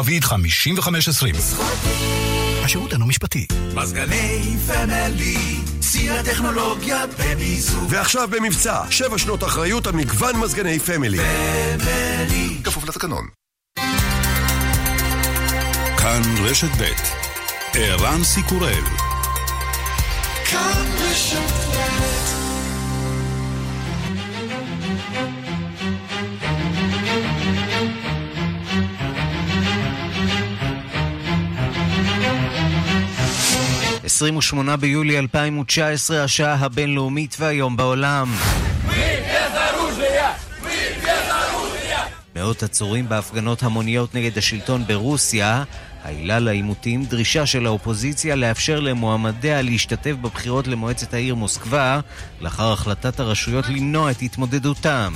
כוכבית 5520. השירות אינו משפטי. מזגני פמילי, סיר הטכנולוגיה במיזוג. ועכשיו במבצע 7 שנות אחריות על מגוון מזגני פמילי. פמילי, כפוף לתקנון. כאן רשת ב' ערן סיקורל. כאן רשת ב'. ב-28 ביולי 2019, השעה הבינלאומית והיום בעולם. מאות עצורים בהפגנות המוניות נגד השלטון ברוסיה. העילה לעימותים, דרישה של האופוזיציה לאפשר למועמדיה להשתתף בבחירות למועצת העיר מוסקבה, לאחר החלטת הרשויות למנוע את התמודדותם.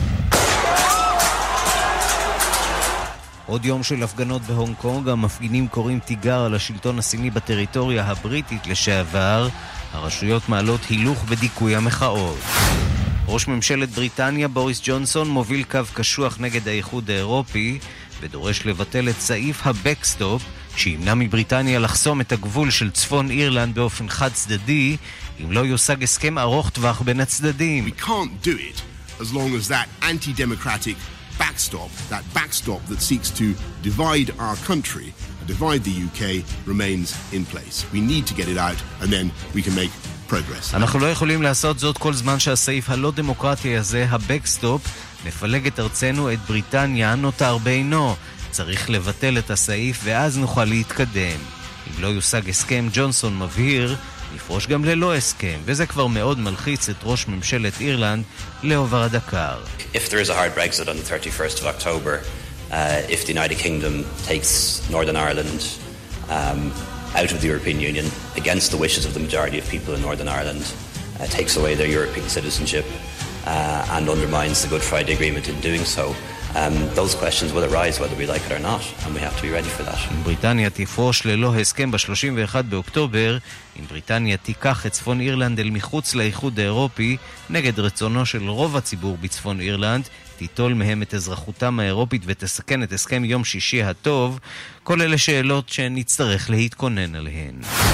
עוד יום של הפגנות בהונג קונג, המפגינים קוראים תיגר על השלטון הסיני בטריטוריה הבריטית לשעבר. הרשויות מעלות הילוך ודיכוי המחאות. ראש ממשלת בריטניה בוריס ג'ונסון מוביל קו קשוח נגד האיחוד האירופי ודורש לבטל את סעיף הבקסטופ שימנע מבריטניה לחסום את הגבול של צפון אירלנד באופן חד צדדי אם לא יושג הסכם ארוך טווח בין הצדדים. We can't do it as long as that anti-democratic backstop, that backstop that seeks to divide our country, divide the UK, remains in place. We need to get it out and then we can make progress. אנחנו לא יכולים לעשות זאת כל זמן שהסעיף הלא דמוקרטי הזה, הבקסטופ, מפלג את ארצנו, את בריטניה, נותר בעינו. צריך לבטל את הסעיף ואז נוכל להתקדם. אם לא יושג הסכם, ג'ונסון מבהיר, נפרוש גם ללא הסכם, וזה כבר מאוד מלחיץ את ראש ממשלת אירלנד, לאו ורדקר. If there is a hard Brexit on the 31st of October, if the United Kingdom takes Northern Ireland out of the European Union against the wishes of the majority of people in Northern Ireland, takes away their European citizenship and undermines the Good Friday Agreement in doing so, those questions will arise whether we like it or not, and we have to be ready for that. אם בריטניה תפרוש ללא הסכם ב-31 באוקטובר, אם בריטניה תיקח את צפון אירלנד אל מחוץ לאיחוד האירופי, נגד רצונו של רוב הציבור בצפון אירלנד, תיטול מהם את אזרחותם האירופית ותסכן את הסכם יום שישי הטוב, כל אלה שאלות שנצטרך להתכונן עליהן.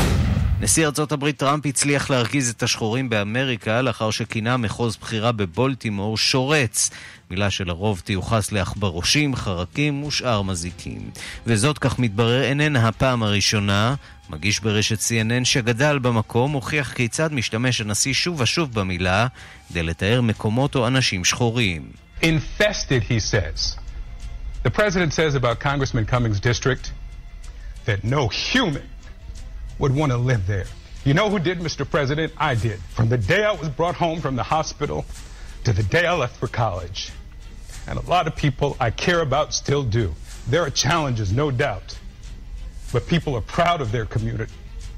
נשיא ארצות הברית טראמפ הצליח להרגיז את השחורים באמריקה לאחר שכינה מחוז בחירה בבולטימור שורץ, מילה שלרוב תיוחס לעכברושים, חרקים ושאר מזיקים. וזאת, כך מתברר, איננה הפעם הראשונה. מגיש ברשת CNN שגדל במקום הוכיח כיצד משתמש הנשיא שוב ושוב במילה כדי לתאר מקומות או אנשים שחורים. Infested, he says. The president says about Congressman Cummings' district that no human would want to live there. You know who did, Mr. President? I did. From the day I was brought home from the hospital to the day I left for college. And a lot of people I care about still do. There are challenges, no doubt. But people are proud of their community.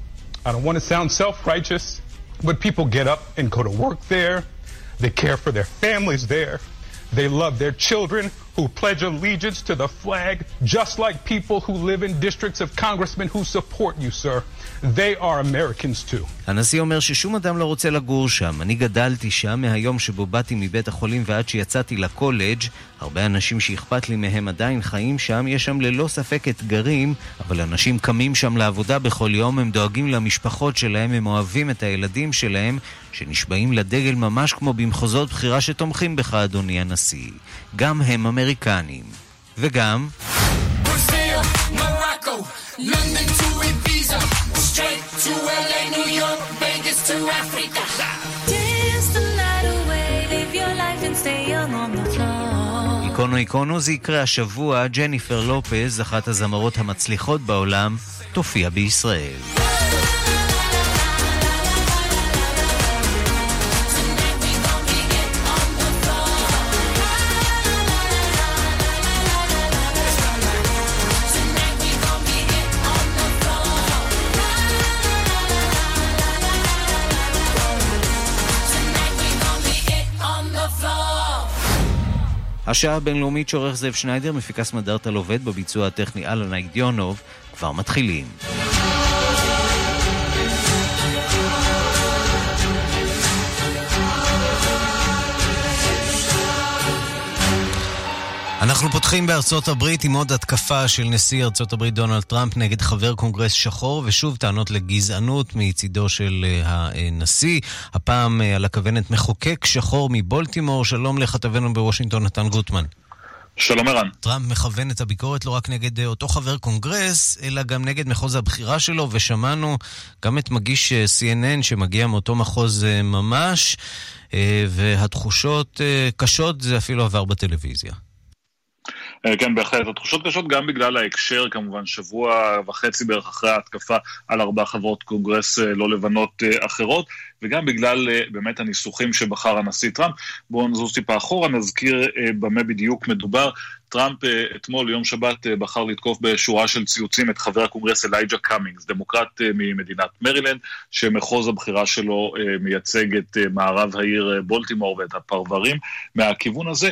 I don't want to sound self-righteous, but people get up and go to work there. They care for their families there. They love their children who pledge allegiance to the flag, just like people who live in districts of congressmen who support you, sir. They are Americans too. הנשיא אומר ששום אדם לא רוצה לגור שם. אני גדלתי שם מהיום שבו באתי מבית החולים ועד שיצאתי לקולג'. הרבה אנשים שאכפת לי מהם עדיין חיים שם. יש שם ללא ספק אתגרים, אבל אנשים קמים שם לעבודה בכל יום. הם דואגים למשפחות שלהם, הם אוהבים את הילדים שלהם, שנשבעים לדגל ממש כמו במחוזות בחירה שתומכים בך, אדוני הנשיא. גם הם אמריקנים. וגם Brazil, Morocco, London to Ibiza, straight to LA, New York, Vegas to Africa. Dance the night away, live your life and stay young on the floor. איקונו זה יקרה השבוע. ג'ניפר לופז, אחת הזמרות המצליחות בעולם, תופיע בישראל. השעה הבינלאומית שעורך זאב שניידר, מפיקס מדארטל עובד, בביצוע הטכני אלנה אידיונוב. כבר מתחילים. אנחנו פותחים בארצות הברית עם עוד התקפה של נשיא ארצות הברית דונלד טראמפ נגד חבר קונגרס שחור, ושוב טענות לגזענות מצידו של הנשיא. הפעם על הכוונת מחוקק שחור מבולטימור. שלום לכתבנו בוושינגטון נתן גוטמן. שלום ערן. טראמפ מכוון את הביקורת לא רק נגד אותו חבר קונגרס, אלא גם נגד מחוז הבחירה שלו, ושמענו גם את מגיש CNN שמגיע מאותו מחוז ממש, והתחושות קשות, זה אפילו עבר בטלוויזיה. כן, בהחלט. התחושות קשות גם בגלל ההקשר, כמובן, שבוע וחצי בערך אחרי ההתקפה על 4 חברות קונגרס לא לבנות אחרות, וגם בגלל באמת הניסוחים שבחר הנשיא טראמפ. בואו נזוז טיפה אחורה, נזכיר במה בדיוק מדובר. טראמפ אתמול, יום שבת, בחר לתקוף בשורה של ציוצים את חבר הקונגרס אלייג'ה קאמינגס, דמוקרט ממדינת מרילנד, שמחוז הבחירה שלו מייצג את מערב העיר בולטימור ואת הפרברים מהכיוון הזה.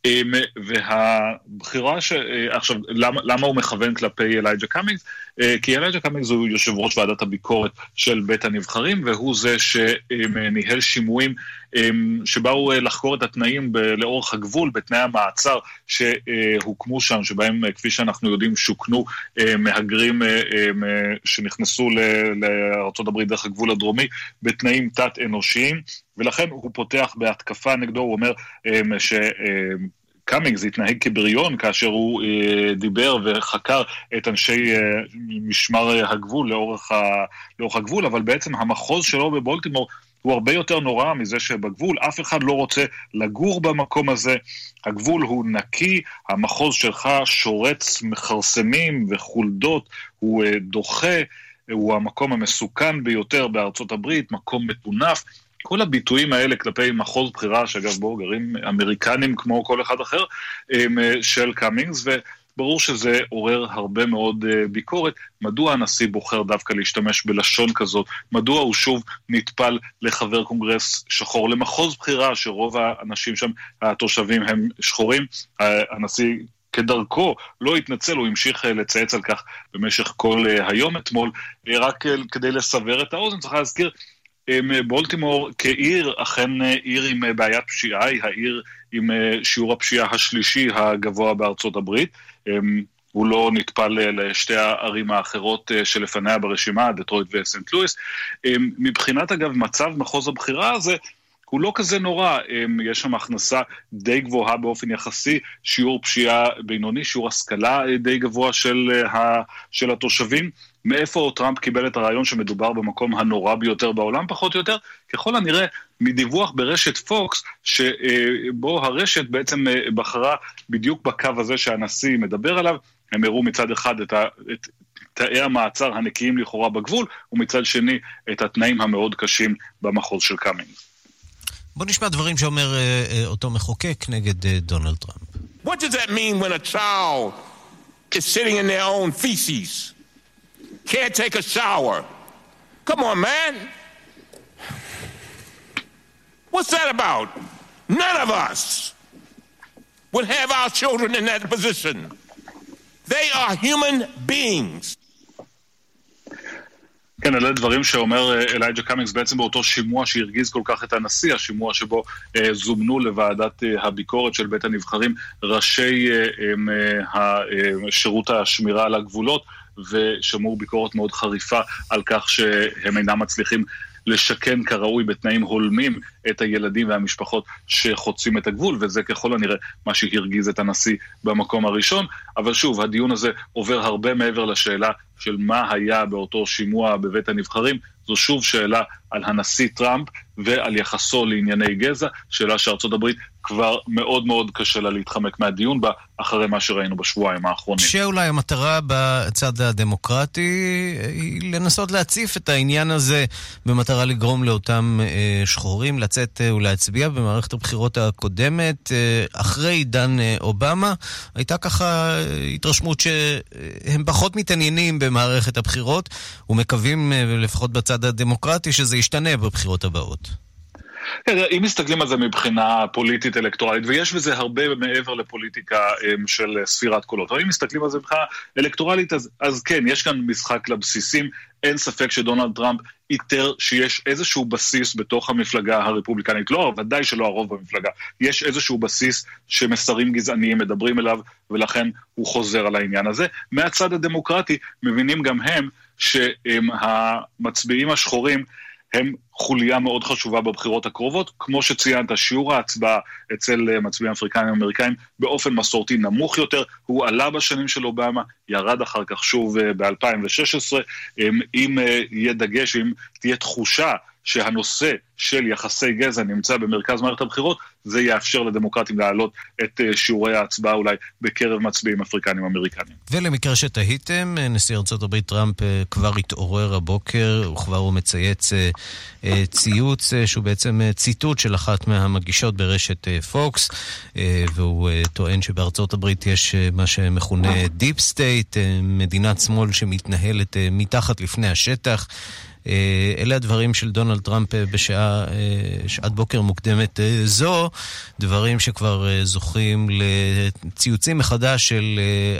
והבחירה עכשיו, למה הוא מכוון כלפי אלייג'ה קאמינגס? כי אלייג'ה קאמינגס הוא יושב ראש ועדת הביקורת של בית הנבחרים, והוא זה שניהל שימועים שבאו לחקור את התנאים לאורך הגבול, בתנאי המעצר שהוקמו שם, שבהם, כפי שאנחנו יודעים, שוכנו מהגרים שנכנסו לארצות הברית דרך הגבול הדרומי, בתנאים תת-אנושיים, ולכן הוא פותח בהתקפה נגדו. הוא אומר קאמינגס התנהג כבריון כאשר הוא דיבר וחקר את אנשי משמר הגבול לאורך הגבול, אבל בעצם המחוז שלו בבולטימור הוא הרבה יותר נורא מזה שבגבול. אף אחד לא רוצה לגור במקום הזה. הגבול הוא נקי, המחוז שלך שורץ מחרסמים וחולדות, הוא דוחה, הוא המקום המסוכן ביותר בארצות הברית, מקום מטונף. כל הביטויים האלה כלפי מחוז בחירה, שאגב בו גרים אמריקנים כמו כל אחד אחר, של קאמינגס, וברור שזה עורר הרבה מאוד ביקורת. מדוע הנשיא בוחר דווקא להשתמש בלשון כזאת? מדוע הוא שוב נטפל לחבר קונגרס שחור, למחוז בחירה שרוב האנשים שם, התושבים הם שחורים? הנשיא כדרכו לא התנצל, הוא המשיך לצייץ על כך במשך כל היום אתמול. רק כדי לסבר את האוזן, צריך להזכיר, בולטימור כעיר, אכן עיר עם בעיית פשיעה, היא העיר עם שיעור הפשיעה השלישי הגבוה בארצות הברית. הוא לא נטפל לשתי הערים האחרות שלפניה ברשימה, דטרויט וסנט לואיס. מבחינת אגב מצב מחוז הבחירה הזה, הוא לא כזה נורא. יש שם הכנסה די גבוהה באופן יחסי, שיעור פשיעה בינוני, שיעור השכלה די גבוה של התושבים. מאיפה טראמפ קיבל את הרעיון שמדובר במקום הנורא ביותר בעולם, פחות או יותר? ככל הנראה מדיווח ברשת פוקס, שבו הרשת בעצם בחרה בדיוק בקו הזה שהנשיא מדבר עליו. הם הראו מצד אחד את תאי המעצר הנקיים לכאורה בגבול, ומצד שני את התנאים המאוד קשים במחוז של קאמינגס. בוא נשמע דברים שאומר אותו מחוקק נגד דונלד טראמפ. What does that mean when a child is sitting in their own feces? Can't take a shower? Come on, man. What's that about? None of us would have our children in that position. They are human beings. כן, אלה דברים שאומר אלייג'ה קאמינגס בעצם באותו שימוע שהרגיז כל כך את הנשיא, השימוע שבו זומנו לוועדת הביקורת של בית הנבחרים ראשי שירות השמירה על הגבולות, ושמעו ביקורת מאוד חריפה על כך שהם אינם מצליחים לשכן כראוי בתנאים הולמים את הילדים והמשפחות שחוצים את הגבול, וזה ככל הנראה מה שהרגיז את הנשיא במקום הראשון. אבל שוב, הדיון הזה עובר הרבה מעבר לשאלה של מה היה באותו שימוע בבית הנבחרים. זו שוב שאלה על הנשיא טראמפ ועל יחסו לענייני גזע, שאלה שארצות הברית כבר מאוד מאוד קשה לה להתחמק מהדיון בה, אחרי מה שראינו בשבועיים האחרונים. שאולי המטרה בצד הדמוקרטי היא לנסות להציף את העניין הזה, במטרה לגרום לאותם שחורים לצאת ולהצביע. במערכת הבחירות הקודמת, אחרי עידן אובמה, הייתה ככה התרשמות שהם פחות מתעניינים במערכת הבחירות, ומקווים לפחות בצד הדמוקרטי שזה ישתנה בבחירות הבאות. אם מסתכלים על זה מבחינה פוליטית אלקטורלית, ויש בזה הרבה מעבר לפוליטיקה של ספירת קולות, אבל אם מסתכלים על זה מבחינה אלקטורלית, אז כן, יש כאן משחק לבסיסים, אין ספק שדונלד טראמפ איתר שיש איזשהו בסיס בתוך המפלגה הרפובליקנית, לא, ודאי שלא הרוב במפלגה, יש איזשהו בסיס שמסרים גזעניים מדברים אליו, ולכן הוא חוזר על העניין הזה. מהצד הדמוקרטי מבינים גם הם שהמצביעים השחורים הם חוליה מאוד חשובה בבחירות הקרובות, כמו שציינת, שיעור ההצבעה אצל מצביעים אפריקאים ואמריקאים באופן מסורתי נמוך יותר, הוא עלה בשנים של אובמה, ירד אחר כך שוב ב-2016, אם יהיה דגש, אם תהיה תחושה שהנושא של יחסי גזע נמצא במרכז מערכת הבחירות, זה יאפשר לדמוקרטים להעלות את שיעורי ההצבעה אולי בקרב מצביעים אפריקנים אמריקנים. ולמקרה שתהיתם, נשיא ארצות הברית טראמפ כבר התעורר הבוקר, וכבר הוא מצייץ ציוץ שהוא בעצם ציטוט של אחת מהמגישות ברשת פוקס, והוא טוען שבארצות הברית יש מה שמכונה דיפ סטייט, מדינת שמאל שמתנהלת מתחת לפני השטח. אלה הדברים של דונלד טראמפ בשעת בוקר מוקדמת זו, דברים שכבר זוכים לציוצים מחדש של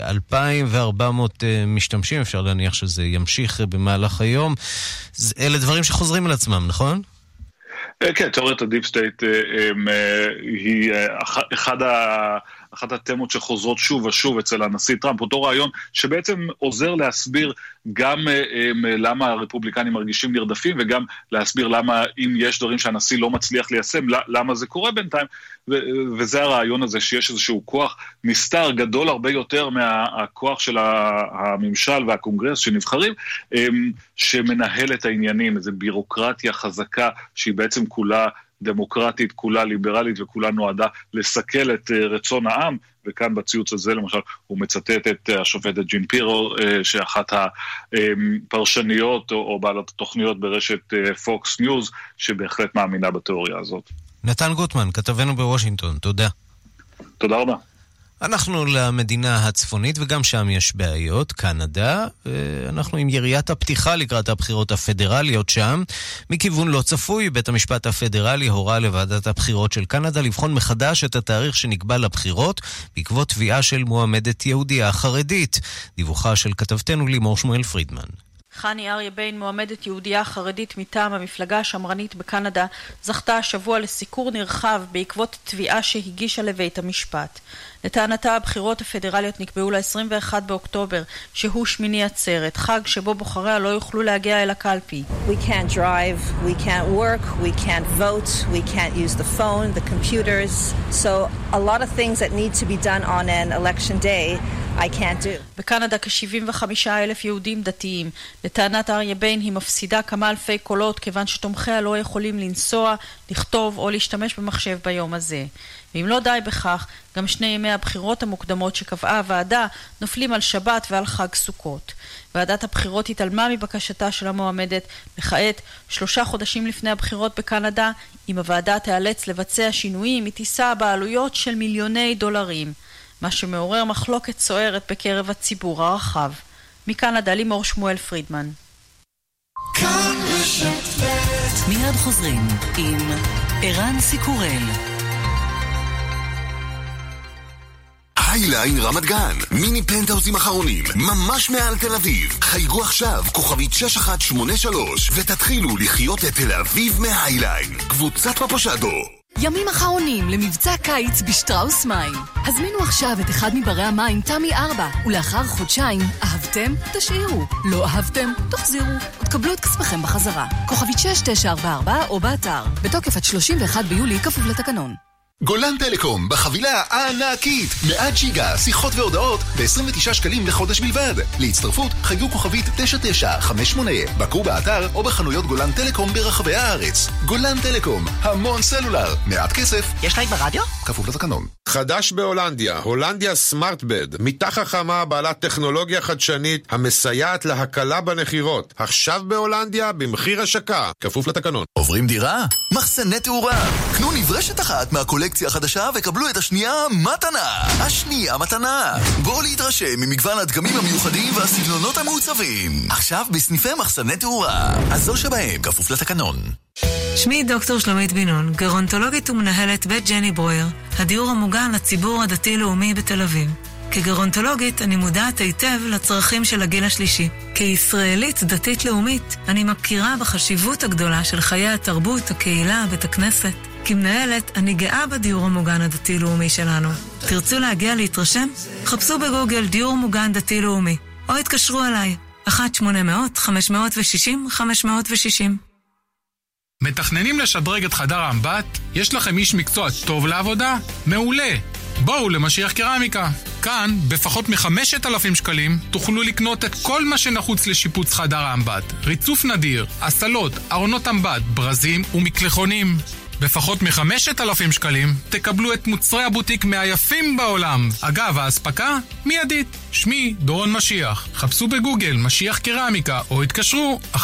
2,400 משתמשים, אפשר להניח שזה ימשיך במהלך היום. אלה דברים שחוזרים על עצמם, נכון? כן, תיאוריית הדיפ סטייט היא אחת התמות שחוזרות שוב ושוב אצל הנשיא טראמפ, אותו רעיון שבעצם עוזר להסביר גם למה הרפובליקנים מרגישים נרדפים, וגם להסביר למה אם יש דברים שהנשיא לא מצליח ליישם, למה זה קורה בינתיים, וזה הרעיון הזה שיש איזשהו כוח נסתר גדול הרבה יותר מהכוח של הממשל והקונגרס שנבחרים, שמנהל את העניינים, איזו בירוקרטיה חזקה שהיא בעצם כולה דמוקרטית, כולה ליברלית וכולה נועדה לסכל את רצון העם, וכאן בציוץ הזה למשל הוא מצטט את השופטת ג'ין פירו, שאחת הפרשניות או בעלת התוכניות ברשת פוקס ניוז, שבהחלט מאמינה בתיאוריה הזאת. נתן גוטמן, כתבנו בוושינגטון, תודה. תודה רבה. אנחנו למדינה הצפונית, וגם שם יש בעיות, קנדה, אנחנו עם יריית הפתיחה לקראת הבחירות הפדרליות שם. מכיוון לא צפוי, בית המשפט הפדרלי הורה לוועדת הבחירות של קנדה לבחון מחדש את התאריך שנקבע לבחירות, בעקבות תביעה של מועמדת יהודיה חרדית. דיווחה של כתבתנו לימור שמואל פרידמן. חני אריה בין, מועמדת יהודיה חרדית מטעם המפלגה השמרנית בקנדה, זכתה השבוע לסיקור נרחב בעקבות תביעה שהגישה לבית המשפט. לטענתה, הבחירות הפדרליות נקבעו ל-21 באוקטובר, שהוא שמיני עצרת, חג שבו בוחריה לא יוכלו להגיע אל הקלפי. We can't drive, we can't work, we can't vote, we can't use the phone, the computers. So a lot of things that need to be done on an election day, I can't do. בקנדה כ-75,000 יהודים דתיים. לטענת אריה בין היא מפסידה כמה אלפי קולות, כיוון שתומכיה לא יכולים לנסוע, לכתוב או להשתמש במחשב ביום הזה. ואם לא די בכך, גם שני ימי הבחירות המוקדמות שקבעה הוועדה נופלים על שבת ועל חג סוכות. ועדת הבחירות התעלמה מבקשתה של המועמדת, וכעת 3 חודשים לפני הבחירות בקנדה, אם הוועדה תיאלץ לבצע שינויים, היא תישא בעלויות של מיליוני דולרים, מה שמעורר מחלוקת סוערת בקרב הציבור הרחב. מקנדה, לימור שמואל פרידמן. מיד חוזרים עם ערן סיקורל. הייליין רמת גן, מיני פנטהאוזים אחרונים, ממש מעל תל אביב. חייגו עכשיו, כוכבית 6183, ותתחילו לחיות את תל אביב מהייליין. קבוצת פפושדו. ימים אחרונים למבצע קיץ בשטראוס מים. הזמינו עכשיו את אחד מברי המים תמי 4, ולאחר חודשיים, אהבתם? תשאירו. לא אהבתם? תחזירו. ותקבלו את כספכם בחזרה. כוכבית 6944 או באתר. בתוקף עד 31 ביולי כפוף לתקנון. גולן טלקום, בחבילה הענקית 100 ג'יגה, שיחות והודעות ב-29 שקלים לחודש בלבד. להצטרפות חייגו כוכבית 9958, בקרו באתר או בחנויות גולן טלקום ברחבי הארץ. גולן טלקום, המון סלולר, מעט כסף. יש לייק ברדיו? כפוף לתקנון. חדש בהולנדיה, הולנדיה סמארטבד, מיטה חכמה בעלת טכנולוגיה חדשנית המסייעת להקלה בנחירות. עכשיו בהולנדיה במחיר השקה, כפוף לתקנון. עוברים דירה? מחסני תאורה. קנו נברשת אחת מהקולקציה החדשה וקבלו את השנייה מתנה. השנייה מתנה. בואו להתרשם ממגוון הדגמים המיוחדים והסגנונות המעוצבים. עכשיו בסניפי מחסני תאורה. אז זו שבהם, כפוף לתקנון. שמי דוקטור שלומית בינון, גרונטולוגית ומנהלת בית ג'ני ברויר, הדיור המוגן לציבור הדתי-לאומי בתל אביב. כגרונטולוגית אני מודעת היטב לצרכים של הגיל השלישי. כישראלית דתית-לאומית אני מכירה בחשיבות הגדולה של חיי התרבות, הקהילה, בית הכנסת. כמנהלת אני גאה בדיור המוגן הדתי-לאומי שלנו. תרצו להגיע להתרשם? חפשו בגוגל דיור מוגן דתי-לאומי, או התקשרו אליי, 1-800-560-560. מתכננים לשדרג את חדר האמבט? יש לכם איש מקצוע טוב לעבודה? מעולה! בואו למשיח קרמיקה. כאן, בפחות מ5,000 שקלים, תוכלו לקנות את כל מה שנחוץ לשיפוץ חדר האמבט. ריצוף נדיר, אסלות, ארונות אמבט, ברזים ומקלחונים. בפחות מ5,000 שקלים תקבלו את מוצרי הבוטיק מהיפים בעולם. אגב, ההספקה מיידית. שמי דורון משיח. חפשו בגוגל משיח קרמיקה או התקשרו 1-800-50-40-90.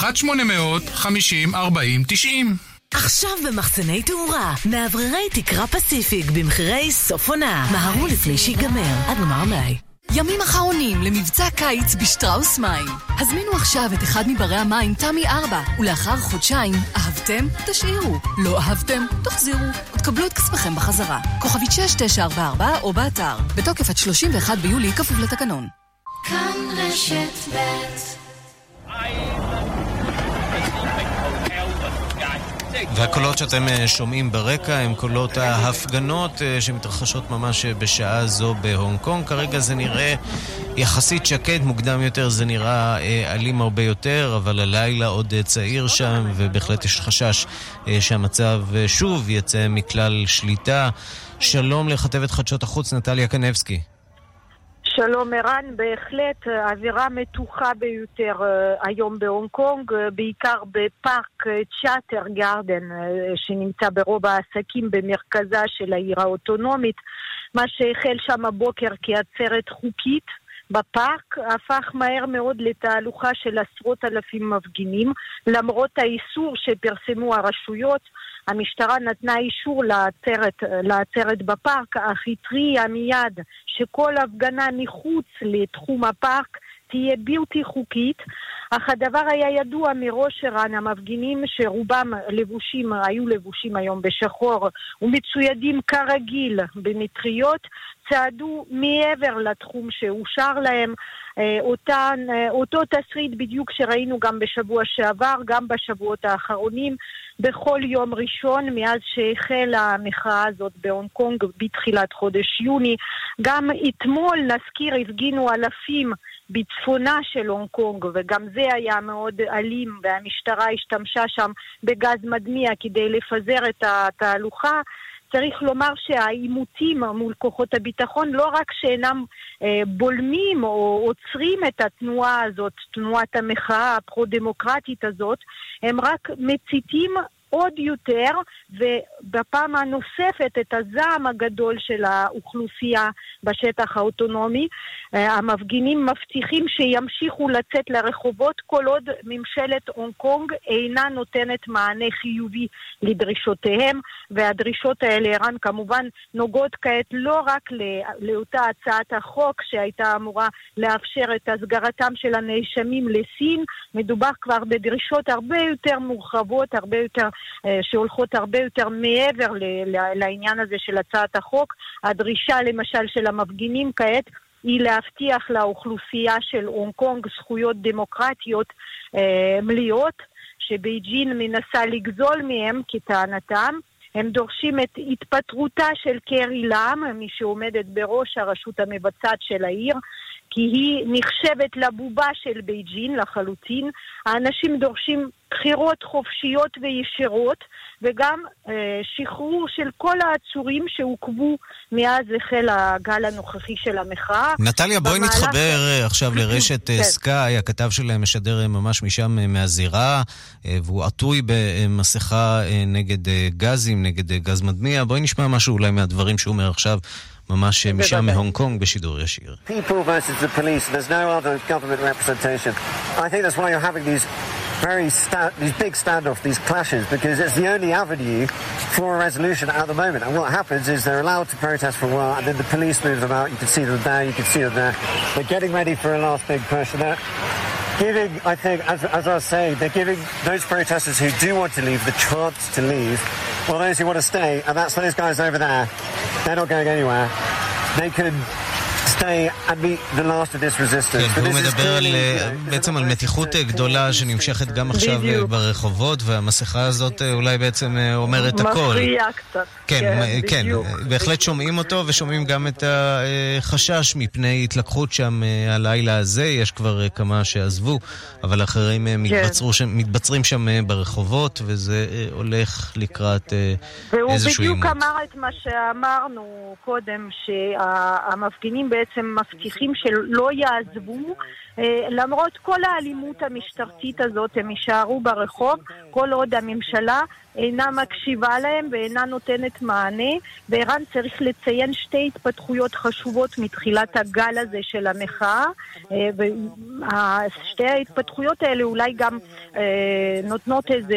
עכשיו במחסני תאורה, מאווררי תקרה פסיפיק במחירי סוף עונה. מהרו לפני שיגמר, עד גמר מאי. ימים אחרונים למבצע קיץ בשטראוס מים. הזמינו עכשיו את אחד מברי המים תמי 4, ולאחר חודשיים, אהבתם? תשאירו. לא אהבתם? תחזירו. ותקבלו את כספכם בחזרה. כוכבית 6944 או באתר. בתוקף עד 31 ביולי כפוף לתקנון. כאן רשת ב' והקולות שאתם שומעים ברקע הם קולות ההפגנות שמתרחשות ממש בשעה זו בהונג קונג. כרגע זה נראה יחסית שקט, מוקדם יותר זה נראה אלים הרבה יותר, אבל הלילה עוד צעיר שם ובהחלט יש חשש שהמצב שוב יצא מכלל שליטה. שלום לכתבת חדשות החוץ נטליה קנבסקי. שלום ערן, בהחלט אווירה מתוחה ביותר היום בהונג קונג, בעיקר בפארק צ'אטר גארדן שנמצא ברוב העסקים במרכזה של העיר האוטונומית. מה שהחל שם הבוקר כעצרת חוקית בפארק הפך מהר מאוד לתהלוכה של עשרות אלפים מפגינים, למרות האיסור שפרסמו הרשויות. המשטרה נתנה אישור לעצרת בפארק, אך התריעה מיד שכל הפגנה מחוץ לתחום הפארק תהיה בלתי חוקית. אך הדבר היה ידוע מראש ערן. המפגינים שרובם היו לבושים היום בשחור ומצוידים כרגיל במטריות, צעדו מעבר לתחום שאושר להם. אותו תסריט בדיוק שראינו גם בשבוע שעבר, גם בשבועות האחרונים, בכל יום ראשון מאז שהחלה המחאה הזאת בהונג קונג בתחילת חודש יוני. גם אתמול נזכיר הפגינו אלפים בצפונה של הונג קונג, וגם זה היה מאוד אלים, והמשטרה השתמשה שם בגז מדמיע כדי לפזר את התהלוכה. צריך לומר שהעימותים מול כוחות הביטחון לא רק שאינם בולמים או עוצרים את התנועה הזאת, תנועת המחאה הפרו-דמוקרטית הזאת, הם רק מציתים עוד יותר, ובפעם הנוספת את הזעם הגדול של האוכלוסייה בשטח האוטונומי. המפגינים מבטיחים שימשיכו לצאת לרחובות כל עוד ממשלת הונג קונג אינה נותנת מענה חיובי לדרישותיהם, והדרישות האלה ערן כמובן נוגעות כעת לא רק לאותה הצעת החוק שהייתה אמורה לאפשר את הסגרתם של הנאשמים לסין. מדובר כבר בדרישות הרבה יותר מורחבות, הרבה יותר שהולכות הרבה יותר מעבר לעניין הזה של הצעת החוק. הדרישה למשל של המפגינים כעת היא להבטיח לאוכלוסייה של הונג קונג זכויות דמוקרטיות מלאות, שבייג'ין מנסה לגזול מהם כטענתם. הם דורשים את התפטרותה של קרי לאם, מי שעומדת בראש הרשות המבצעת של העיר, כי היא נחשבת לבובה של בייג'ין לחלוטין. האנשים דורשים בחירות חופשיות וישירות, וגם שחרור של כל העצורים שעוכבו מאז החל הגל הנוכחי של המחאה. נטליה, בואי נתחבר עכשיו לרשת סקאי, הכתב שלהם משדר ממש משם מהזירה, והוא עטוי במסכה נגד גזים, נגד גז מדמיע. בואי נשמע משהו אולי מהדברים שהוא אומר עכשיו, ממש משם מהונג קונג בשידור ישיר. People versus the police, there's no other government representation. I think that's why you're having these big standoffs, these clashes, because it's the only avenue for a resolution at the moment. And what happens is they're allowed to protest for a while, and then the police move them out. You can see them there, you can see them there. They're getting ready for a last big push. And giving, I think, as I was saying, they're giving those protesters who do want to leave the chance to leave, while those who want to stay, and that's those guys over there, they're not going anywhere. They could stay and meet the last of this resistance. כן, הוא מדבר בעצם על מתיחות גדולה שנמשכת גם עכשיו ברחובות, והמסכה הזאת אולי בעצם אומרת הכל. מפריע קצת. כן, בהחלט שומעים אותו ושומעים גם את החשש מפני התלקחות שם הלילה הזה. יש כבר כמה שעזבו, אבל אחרים מתבצרים שם ברחובות, וזה הולך לקראת איזשהו עימות. והוא בדיוק אמר את מה שאמרנו קודם, שהמפגינים בעצם מבטיחים שלא יעזבו, למרות כל האלימות המשטרתית הזאת, הם יישארו ברחוב, כל עוד הממשלה אינה מקשיבה להם ואינה נותנת מענה. ואיראן צריך לציין שתי התפתחויות חשובות מתחילת הגל הזה של המחאה, ושתי ההתפתחויות האלה אולי גם נותנות איזה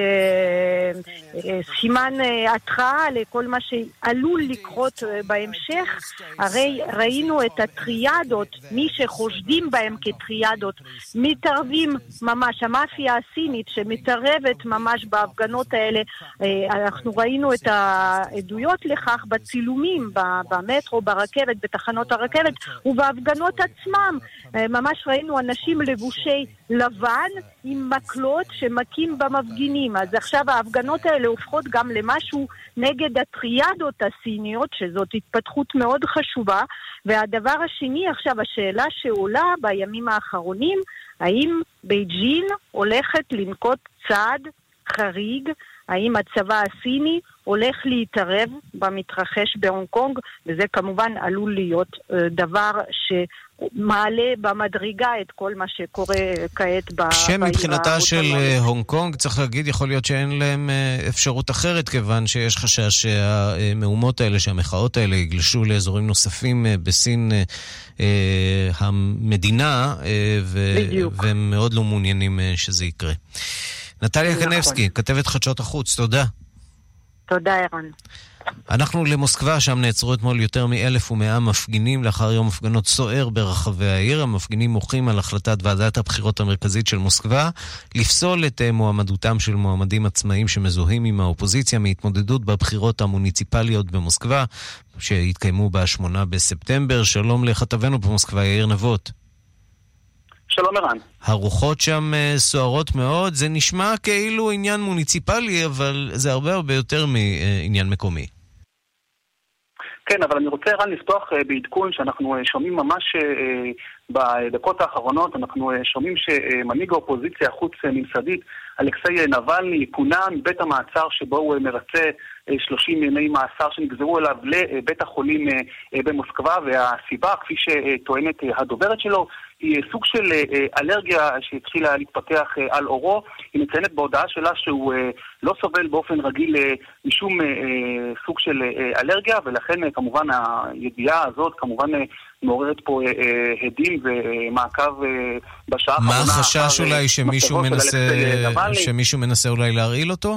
סימן התראה לכל מה שעלול לקרות בהמשך. הרי ראינו את הטריאדות, מי שחושדים בהם כטריאדות, מתערבים ממש, המאפיה הסינית שמתערבת ממש בהפגנות האלה. אנחנו ראינו את העדויות לכך בצילומים, במטרו, ברכבת, בתחנות הרכבת ובהפגנות עצמם. ממש ראינו אנשים לבושי לבן עם מקלות שמכים במפגינים. אז עכשיו ההפגנות האלה הופכות גם למשהו נגד הטריאדות הסיניות, שזאת התפתחות מאוד חשובה. והדבר השני, עכשיו השאלה שעולה בימים האחרונים, האם בייג'ין הולכת לנקוט צעד חריג, האם הצבא הסיני הולך להתערב במתרחש בהונג קונג, וזה כמובן עלול להיות דבר שמעלה במדרגה את כל מה שקורה כעת שמבחינתה של הונג קונג, צריך להגיד, יכול להיות שאין להם אפשרות אחרת, כיוון שיש חשש שהמהומות האלה, שהמחאות האלה יגלשו לאזורים נוספים בסין המדינה, והם מאוד לא מעוניינים שזה יקרה. נטליה קנבסקי, כתבת חדשות החוץ, תודה. תודה, ערן. אנחנו למוסקבה, שם נעצרו אתמול יותר מ1,100 מפגינים לאחר יום הפגנות סוער ברחבי העיר. המפגינים מוחים על החלטת ועדת הבחירות המרכזית של מוסקבה לפסול את מועמדותם של מועמדים עצמאיים שמזוהים עם האופוזיציה מהתמודדות בבחירות המוניציפליות במוסקבה שהתקיימו ב8 בספטמבר. שלום לכתבנו במוסקבה, יאיר נבות. שלום ערן. הרוחות שם סוערות מאוד, זה נשמע כאילו עניין מוניציפלי, אבל זה הרבה יותר מעניין מקומי. כן, אבל אני רוצה ערן לפתוח בעדכון שאנחנו שומעים ממש בדקות האחרונות, אנחנו שומעים שמנהיג האופוזיציה החוץ-ממסדית, אלכסיי נבלני, פונה מבית המעצר שבו הוא מרצה 30 ימי מאסר שנגזרו אליו לבית החולים במוסקבה, והסיבה, כפי שטוענת הדוברת שלו, היא סוג של אלרגיה שהתחילה להתפתח על אורו. היא מציינת בהודעה שלה שהוא לא סובל באופן רגיל משום סוג של אלרגיה, ולכן כמובן הידיעה הזאת כמובן מעוררת פה הדים ומעקב בשעה האחרונה. מה החשש אולי שמישהו מנסה אולי להרעיל אותו?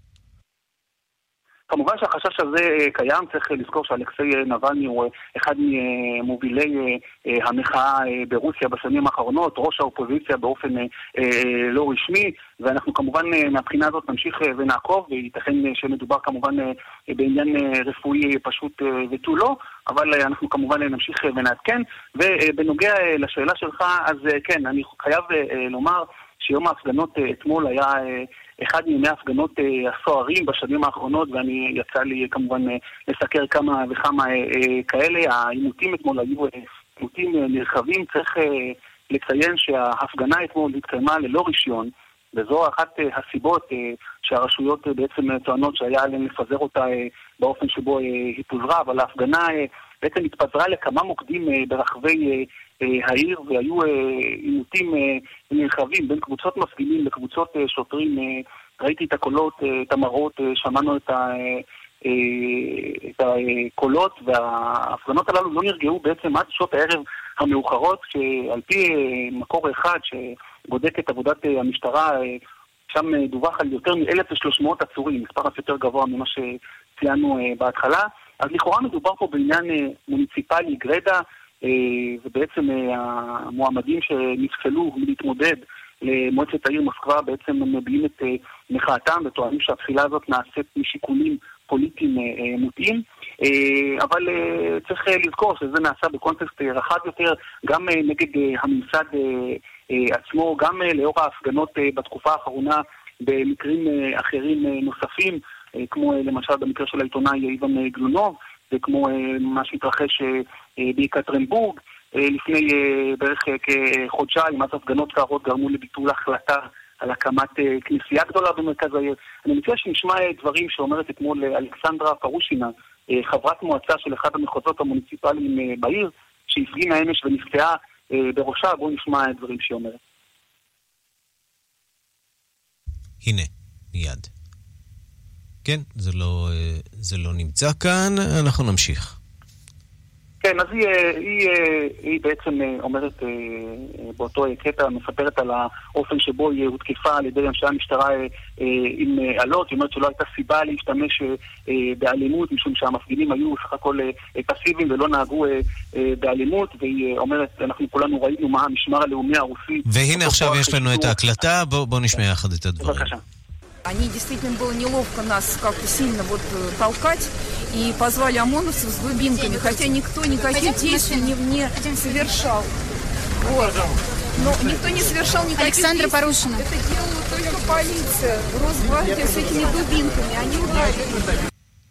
כמובן שהחשש הזה קיים, צריך לזכור שאלכסיי נבלני הוא אחד ממובילי המחאה ברוסיה בשנים האחרונות, ראש האופוזיציה באופן לא רשמי, ואנחנו כמובן מהבחינה הזאת נמשיך ונעקוב, וייתכן שמדובר כמובן בעניין רפואי פשוט ותו לא, אבל אנחנו כמובן נמשיך ונעדכן. ובנוגע לשאלה שלך, אז כן, אני חייב לומר שיום ההפגנות אתמול היה אחד מימי ההפגנות הסוערים בשנים האחרונות, ואני יצא לי כמובן לסקר כמה וכמה כאלה. העימותים אתמול היו עימותים נרחבים. צריך לציין שההפגנה אתמול התקיימה ללא רישיון, וזו אחת הסיבות שהרשויות בעצם טוענות שהיה עליהן לפזר אותה באופן שבו היא פוזרה, אבל ההפגנה בעצם התפזרה לכמה מוקדים ברחבי העיר, והיו עימותים נרחבים בין קבוצות מפגינים לקבוצות שוטרים. ראיתי את הקולות, את המראות, שמענו את הקולות, וההפגנות הללו לא נרגעו בעצם עד שעות הערב המאוחרות, שעל פי מקור אחד שבודק את עבודת המשטרה, שם דווח על יותר מ1,300 עצורים, מספר יותר גבוה ממה שציינו בהתחלה. אז לכאורה מדובר פה בעניין מוניציפלי גרדה, ובעצם המועמדים שנפסלו מלהתמודד למועצת העיר מוסקבה, בעצם הם מביעים את מחאתם וטוענים שהתפילה הזאת נעשית משיקולים פוליטיים מוטעים, אבל צריך לזכור שזה נעשה בקונטקסט רחב יותר, גם נגד הממסד עצמו, גם לאור ההפגנות בתקופה האחרונה במקרים אחרים נוספים, כמו למשל במקרה של העיתונאי איוון גלונוב, וכמו מה שהתרחש ביקטרינבורג לפני בערך כחודשיים, אז הפגנות קרות גרמו לביטול החלטה על הקמת כנסייה גדולה במרכז העיר. אני מציע שנשמע דברים שאומרת אתמול אלכסנדרה פרושינה, חברת מועצה של אחד המחוזות המוניציפליים בעיר, שהפגינה אמש ונפצעה בראשה. בואו נשמע דברים שהיא אומרת. הנה, מיד. כן, זה לא נמצא כאן, אנחנו נמשיך. כן, אז היא בעצם אומרת באותו קטע, מספרת על האופן שבו היא הותקפה על ידי אנשי המשטרה עם אלות. היא אומרת שלא הייתה סיבה להשתמש באלימות, משום שהמפגינים היו סך הכל פסיביים ולא נהגו באלימות, והיא אומרת, אנחנו כולנו ראינו מה המשמר הלאומי הרוסי. והנה עכשיו יש לנו את ההקלטה, בוא נשמע יחד את הדברים. בבקשה. Они действительно было неловко нас как-то сильно толкать и позвали ОМОНовцев с дубинками, хотя никто никаких действий не совершал. Вот. Но никто не совершал никаких Александра действий. Порушина. Это делала только полиция, Росгвардия с этими дубинками. Они ударили.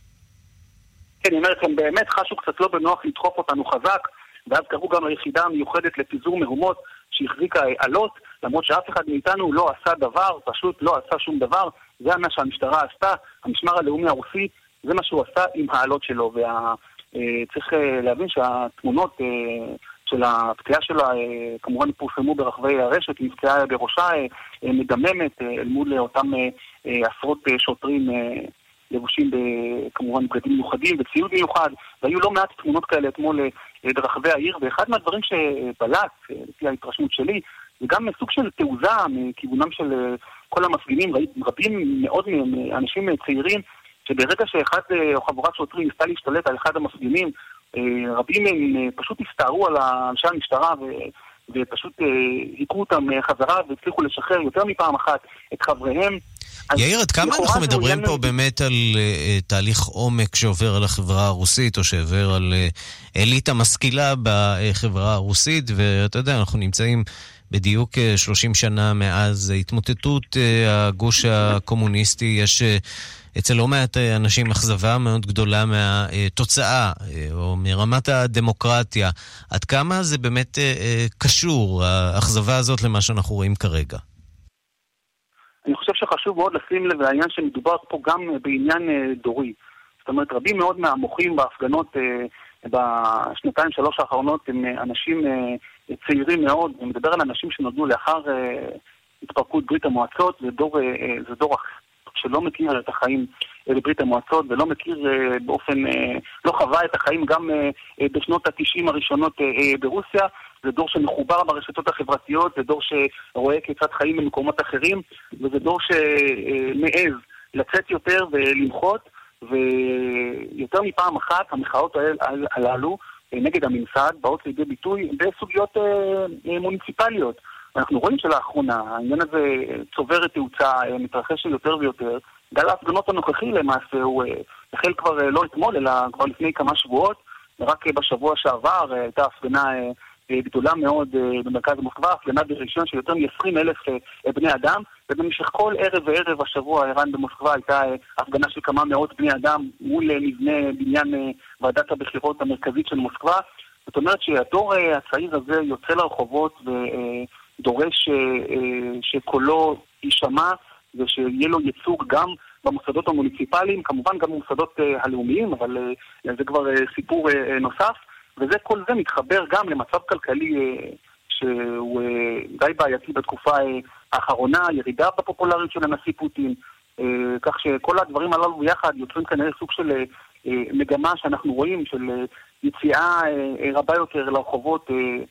כן, אני אומרת, הם באמת חשו קצת לא בנוח לדחוף אותנו חזק, ואז קראו גם היחידה המיוחדת לפיזור מהומות שהחזיקה אלות, למרות שאף אחד מאיתנו לא עשה דבר, פשוט לא עשה שום דבר. זה מה שהמשטרה עשתה, המשמר הלאומי הרוסי, זה מה שהוא עשה עם העלות שלו. וצריך להבין שהתמונות של הפציעה שלה כמובן פורסמו ברחבי הרשת, היא פציעה בראשה מדממת אל מול אותם עשרות שוטרים לבושים כמובן בגדים מיוחדים וציוד מיוחד, והיו לא מעט תמונות כאלה אתמול ברחבי העיר, ואחד מהדברים שבלט, לפי ההתרשמות שלי, זה גם סוג של תעוזה מכיוונם של כל המפגינים, רבים מאוד מאנשים צעירים, שברגע שאחד או חבורת שוטרים ניסתה להשתלט על אחד המפגינים, רבים מהם פשוט הסתערו על אנשי המשטרה ופשוט היכו אותם חזרה והצליחו לשחרר יותר מפעם אחת את חבריהם. יאיר, עד כמה אנחנו מדברים פה באמת על תהליך עומק שעובר על החברה הרוסית, או שעובר על אליטה משכילה בחברה הרוסית, ואתה יודע, אנחנו נמצאים בדיוק 30 שנה מאז התמוטטות הגוש הקומוניסטי. יש אצל לא מעט אנשים אכזבה מאוד גדולה מהתוצאה, או מרמת הדמוקרטיה. עד כמה זה באמת קשור, האכזבה הזאת, למה שאנחנו רואים כרגע? אני חושב שחשוב מאוד לשים לב העניין שמדובר פה גם בעניין דורי. זאת אומרת, רבים מאוד מהמוחים בהפגנות בשנתיים שלוש האחרונות הם אנשים צעירים מאוד. אני מדבר על אנשים שנולדו לאחר התפרקות ברית המועצות, זה דור שלא מכיר את החיים בברית המועצות ולא מכיר באופן, לא חווה את החיים גם בשנות ה-90 הראשונות ברוסיה. זה דור שמחובר ברשתות החברתיות, זה דור שרואה כיצד חיים במקומות אחרים, וזה דור שמעז לצאת יותר ולמחות, ויותר מפעם אחת המחאות הללו נגד הממסד באות לידי ביטוי בסוגיות מוניציפליות. אנחנו רואים שלאחרונה העניין הזה צובר את תאוצה, מתרחש יותר ויותר. גל ההפגנות הנוכחי למעשה הוא החל כבר לא אתמול, אלא כבר לפני כמה שבועות. רק בשבוע שעבר הייתה הפגנה גדולה מאוד במרכז מוסקבה, הפגנה בראשון של יותר מ-20,000 בני אדם, ובמשך כל ערב וערב השבוע איראן במוסקבה הייתה הפגנה של כמה מאות בני אדם מול מבנה בניין ועדת הבחירות המרכזית של מוסקבה. זאת אומרת שהדור הצעיר הזה יוצא לרחובות ודורש שקולו יישמע ושיהיה לו ייצוג גם במוסדות המוניציפליים, כמובן גם במוסדות הלאומיים, אבל זה כבר סיפור נוסף. וכל זה מתחבר גם למצב כלכלי שהוא די בעייתי בתקופה האחרונה, ירידה בפופולריות של הנשיא פוטין, כך שכל הדברים הללו ביחד יוצרים כנראה סוג של מגמה שאנחנו רואים של יציאה רבה יותר לרחובות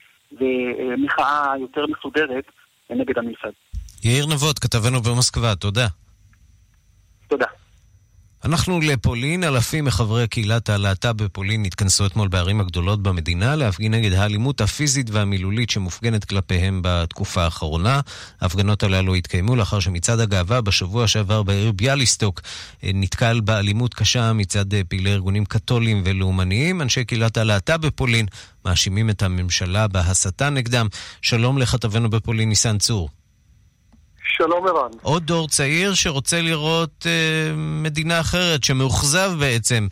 ומחאה יותר מסודרת נגד הממסד. יאיר נבות, כתבנו במוסקבה, תודה. תודה. אנחנו לפולין. אלפים מחברי קהילת הלהט"ב בפולין התכנסו אתמול בערים הגדולות במדינה להפגין נגד האלימות הפיזית והמילולית שמופגנת כלפיהם בתקופה האחרונה. ההפגנות הללו התקיימו לאחר שמצעד הגאווה בשבוע שעבר בעיר ביאליסטוק נתקל באלימות קשה מצד פעילי ארגונים קתולים ולאומניים. אנשי קהילת הלהט"ב בפולין מאשימים את הממשלה בהסתה נגדם. שלום לכתבנו בפולין ניסן צור. שלום ערן. עוד דור צעיר שרוצה לראות מדינה אחרת, שמאוכזב בעצם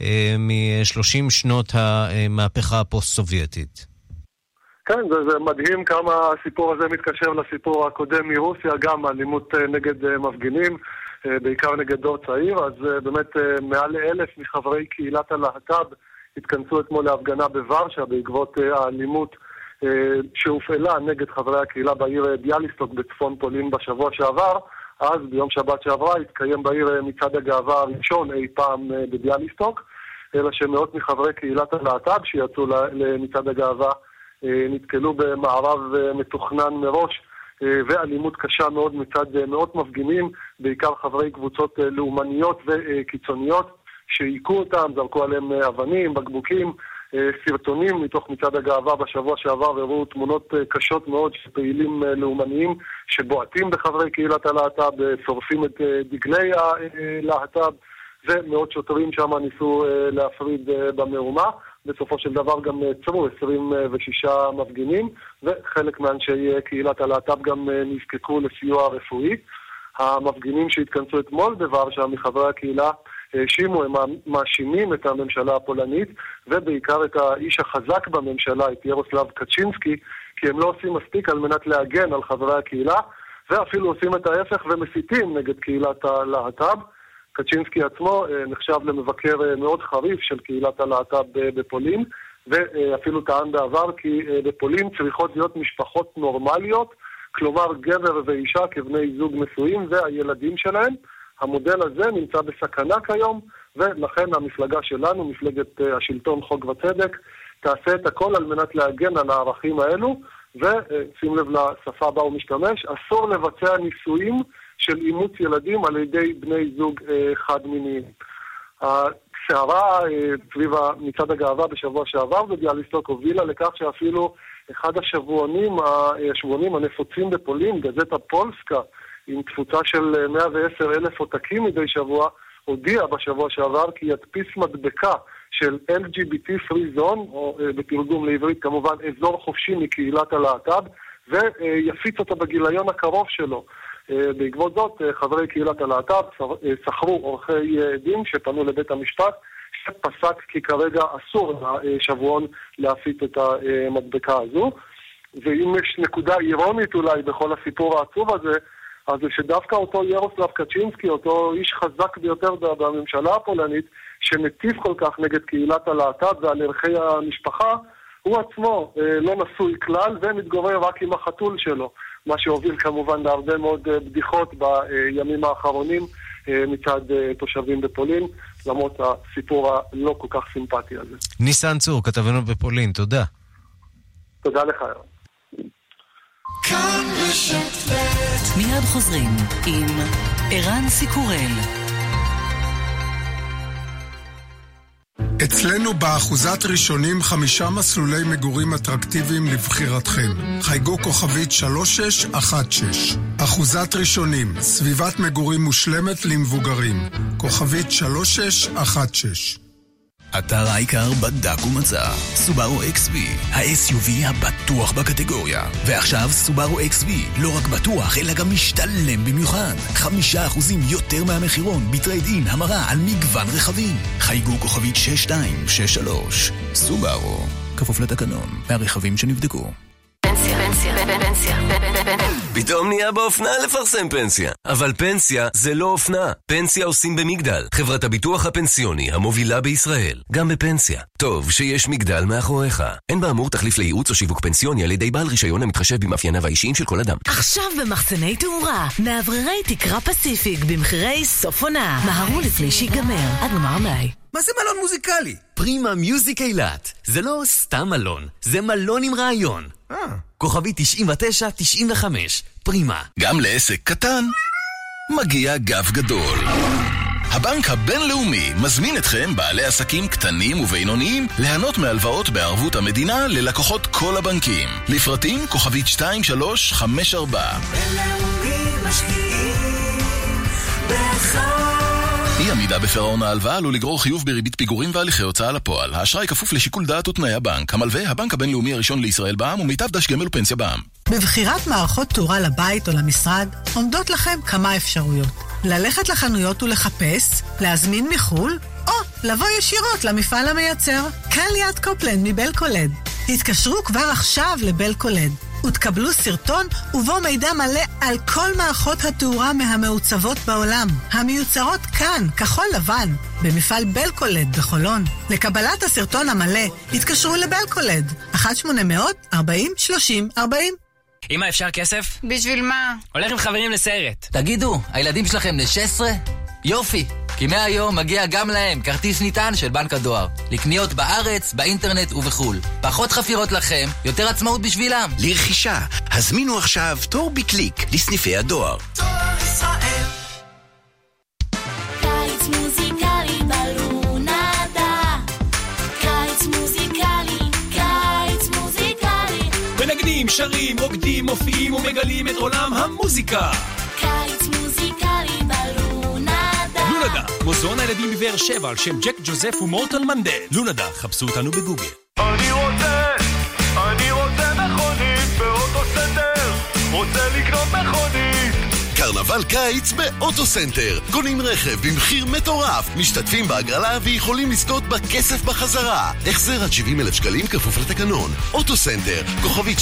מ-30 שנות המהפכה הפוסט-סובייטית. כן, זה מדהים כמה הסיפור הזה מתקשר לסיפור הקודם מרוסיה, גם אלימות נגד מפגינים, בעיקר נגד דור צעיר. אז באמת מעל 1,000 מחברי קהילת הלהט"ב התכנסו אתמול להפגנה בוורשה בעקבות האלימות שהופעלה נגד חברי הקהילה בעיר ביאליסטוק בצפון פולין בשבוע שעבר. אז ביום שבת שעברה התקיים בעיר מצעד הגאווה הראשון אי פעם בביאליסטוק, אלא שמאות מחברי קהילת הלהט"ב שיצאו למצעד הגאווה נתקלו במערב מתוכנן מראש ואלימות קשה מאוד מצד מאות מפגינים, בעיקר חברי קבוצות לאומניות וקיצוניות שהיקו אותם, זרקו עליהם אבנים, בקבוקים, סרטונים מתוך מצעד הגאווה בשבוע שעבר, והראו תמונות קשות מאוד של פעילים לאומניים שבועטים בחברי קהילת הלהט"ב, שורפים את דגלי הלהט"ב, ומאות שוטרים שם ניסו להפריד במהומה. בסופו של דבר גם נעצרו 26 מפגינים, וחלק מאנשי קהילת הלהט"ב גם נזקקו לסיוע רפואי. המפגינים שהתכנסו אתמול בוורשה מחברי הקהילה האשימו, הם מאשימים את הממשלה הפולנית ובעיקר את האיש החזק בממשלה, את ירוסלב קצ'ינסקי, כי הם לא עושים מספיק על מנת להגן על חברי הקהילה, ואפילו עושים את ההפך ומסיתים נגד קהילת הלהט"ב. קצ'ינסקי עצמו נחשב למבקר מאוד חריף של קהילת הלהט"ב בפולין, ואפילו טען בעבר כי בפולין צריכות להיות משפחות נורמליות, כלומר גבר ואישה כבני זוג נשואים והילדים שלהם. המודל הזה נמצא בסכנה כיום, ולכן המפלגה שלנו, מפלגת השלטון חוק וצדק, תעשה את הכל על מנת להגן על הערכים האלו, ושים לב לשפה בה הוא משתמש, אסור לבצע ניסויים של אימוץ ילדים על ידי בני זוג חד-מיניים. הסערה סביב מצעד הגאווה בשבוע שעבר בביאליסטוק הובילה לכך שאפילו אחד השבועונים הנפוצים בפולין, גזטה פולסקה, עם תפוצה של 110,000 עותקים מדי שבוע, הודיע בשבוע שעבר כי ידפיס מדבקה של LGBT Free Zone, או בתרגום לעברית כמובן אזור חופשי מקהילת הלהט"ב, ויפיץ אותה בגיליון הקרוב שלו. בעקבות זאת, חברי קהילת הלהט"ב שכרו עורכי דין שפנו לבית המשפט, שפסק כי כרגע אסור לשבועון להפיץ את המדבקה הזו. ואם יש נקודה אירונית אולי בכל הסיפור העצוב הזה, אז שדווקא אותו ירוסלב קצ'ינסקי, אותו איש חזק ביותר בממשלה הפולנית, שמטיף כל כך נגד קהילת הלהט"ב ועל ערכי המשפחה, הוא עצמו לא נשוי כלל ומתגורר רק עם החתול שלו, מה שהוביל כמובן להרבה מאוד בדיחות בימים האחרונים מצד תושבים בפולין, למרות הסיפור הלא כל כך סימפטי הזה. ניסן צור, כתבנו בפולין, תודה. תודה לך. מיד חוזרים עם ערן סיקורל. אצלנו באחוזת ראשונים 5 מסלולי מגורים אטרקטיביים לבחירתכם. חייגו כוכבית 3616. אחוזת ראשונים, סביבת מגורים מושלמת למבוגרים. כוכבית 3616. אתר העיקר בדק ומצא. סובארו XV, ה-SUV הבטוח בקטגוריה. ועכשיו סובארו XV, לא רק בטוח, אלא גם משתלם במיוחד. 5% יותר מהמחירון בטרייד אין המרה על מגוון רכבים. חייגו כוכבית 6263. סובארו, כפוף לתקנון, מהרכבים שנבדקו. פתאום נהיה באופנה לפרסם פנסיה. אבל פנסיה זה לא אופנה. פנסיה עושים במגדל, חברת הביטוח הפנסיוני המובילה בישראל. גם בפנסיה. טוב שיש מגדל מאחוריך. אין באמור תחליף לייעוץ או שיווק פנסיוני על ידי בעל רישיון המתחשב במאפייניו האישיים של כל אדם. עכשיו במחסני תאורה, מאווררי תקרה פסיפיק במחירי סוף עונה. מהרו לפני שיגמר, עד גמר מאי. מה זה מלון מוזיקלי? פרימה מיוזיק אילת. זה לא סתם מלון, זה מלון עם רעיון. כוכבי 9995, פרימה. גם לעסק קטן מגיע גב גדול. הבנק הבינלאומי מזמין אתכם, בעלי עסקים קטנים ובינוניים, ליהנות מהלוואות בערבות המדינה ללקוחות כל הבנקים. לפרטים כוכבית 2354. בינלאומי משקיעים בך. אי עמידה בפירעון ההלוואה עלול לגרור חיוב בריבית פיגורים והליכי הוצאה לפועל. האשראי כפוף לשיקול דעת ותנאי הבנק. המלווה, הבנק הבינלאומי הראשון לישראל בע"מ ומיטב דש גמל ופנסיה בע"מ. בבחירת מערכות תאורה לבית או למשרד עומדות לכם כמה אפשרויות. ללכת לחנויות ולחפש, להזמין מחול, או לבוא ישירות למפעל המייצר. כאן ליד קופלנד מבלקולד. התקשרו כבר עכשיו לבלקולד ותקבלו סרטון ובו מידע מלא על כל מערכות התאורה מהמעוצבות בעולם, המיוצרות כאן, כחול לבן, במפעל בלקולד בחולון. לקבלת הסרטון המלא התקשרו לבלקולד 1-800-40-30-40. אמא, אפשר כסף? בשביל מה? הולך עם חברים לסרט. תגידו, הילדים שלכם בני 16? יופי, כי מהיום מגיע גם להם כרטיס ניתן של בנק הדואר. לקניות בארץ, באינטרנט ובחול. פחות חפירות לכם, יותר עצמאות בשבילם. לרכישה, הזמינו עכשיו תור בקליק לסניפי הדואר. דואר ישראל. קיץ מוזיקלי בלונדה. קיץ מוזיקלי, קיץ מוזיקלי. מנגנים, שרים, רוקדים, מופיעים ומגלים את עולם המוזיקה. קיץ מוזיקלי בלונדה. לונדה, מוזיאון הילדים בבאר שבע על שם ג'ק ג'וזף ומורטל מנדל. לונדה, חפשו אותנו בגוגל. אני רוצה מכונית באוטוסנטר, רוצה לקנות מכונית. קרנבל קיץ באוטוסנטר. קונים רכב במחיר מטורף, משתתפים בהגרלה ויכולים לזכות בכסף בחזרה. החזר עד 70,000 שקלים כפוף לתקנון. אוטוסנטר, כוכבית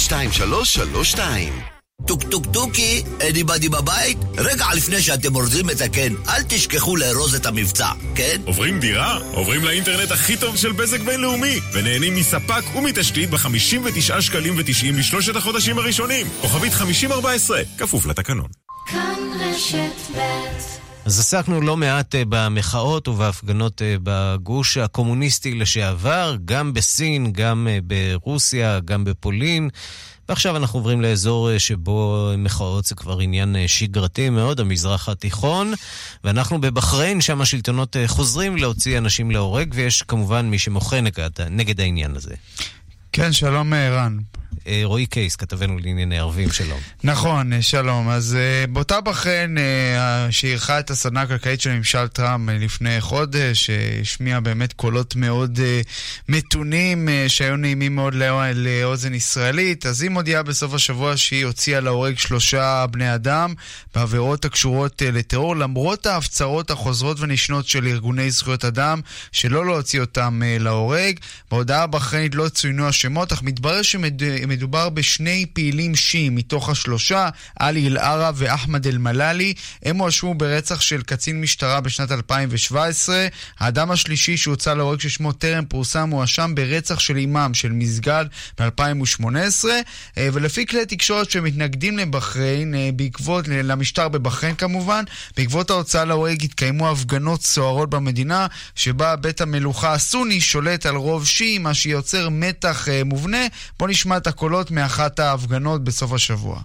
2332. טוק טוק טוקי, אניבדי בבית? רגע לפני שאתם אורזים את הקן, אל תשכחו לארוז את המבצע, כן? עוברים דירה? עוברים לאינטרנט הכי טוב של בזק בינלאומי ונהנים מספק ומתשתית ב-59 שקלים ו90 לשלושת החודשים הראשונים. כוכבית 5014, כפוף לתקנון. כאן רשת ב'. אז עסקנו לא מעט במחאות ובהפגנות בגוש הקומוניסטי לשעבר, גם בסין, גם ברוסיה, גם בפולין. ועכשיו אנחנו עוברים לאזור שבו מחאות זה כבר עניין שגרתי מאוד, המזרח התיכון, ואנחנו בבחריין, שם השלטונות חוזרים להוציא אנשים להורג, ויש כמובן מי שמוחה נגד העניין הזה. כן, שלום ערן. רועי קייס, כתבנו לענייני ערבים, שלום. נכון, שלום. אז באותה בחריין שערכה את הסדנה הכלכלית של ממשל טראמפ לפני חודש, השמיע באמת קולות מאוד מתונים שהיו נעימים מאוד לאוזן ישראלית. אז היא מודיעה בסוף השבוע שהיא הוציאה להורג 3 בני אדם בעבירות הקשורות לטרור, למרות ההפצרות החוזרות ונשנות של ארגוני זכויות אדם שלא להוציא אותם להורג. בהודעה הבחריינית לא צוינו השמות, אך מתברר מדובר בשני פעילים שיעים מתוך 3, עלי אל-ערב ואחמד אל-מללי. הם הואשמו ברצח של קצין משטרה בשנת 2017. האדם השלישי שהוצא להורג ששמו טרם פורסם הואשם ברצח של אימאם של מסגד ב-2018. ולפי כלי תקשורת שמתנגדים לבחריין, בעקבות למשטר בבחריין כמובן, בעקבות ההוצאה להורג התקיימו הפגנות סוערות במדינה, שבה בית המלוכה הסוני שולט על רוב שיעי, מה שיוצר מתח מובנה. בוא נשמע את הקולות מאחת ההפגנות בסוף השבוע.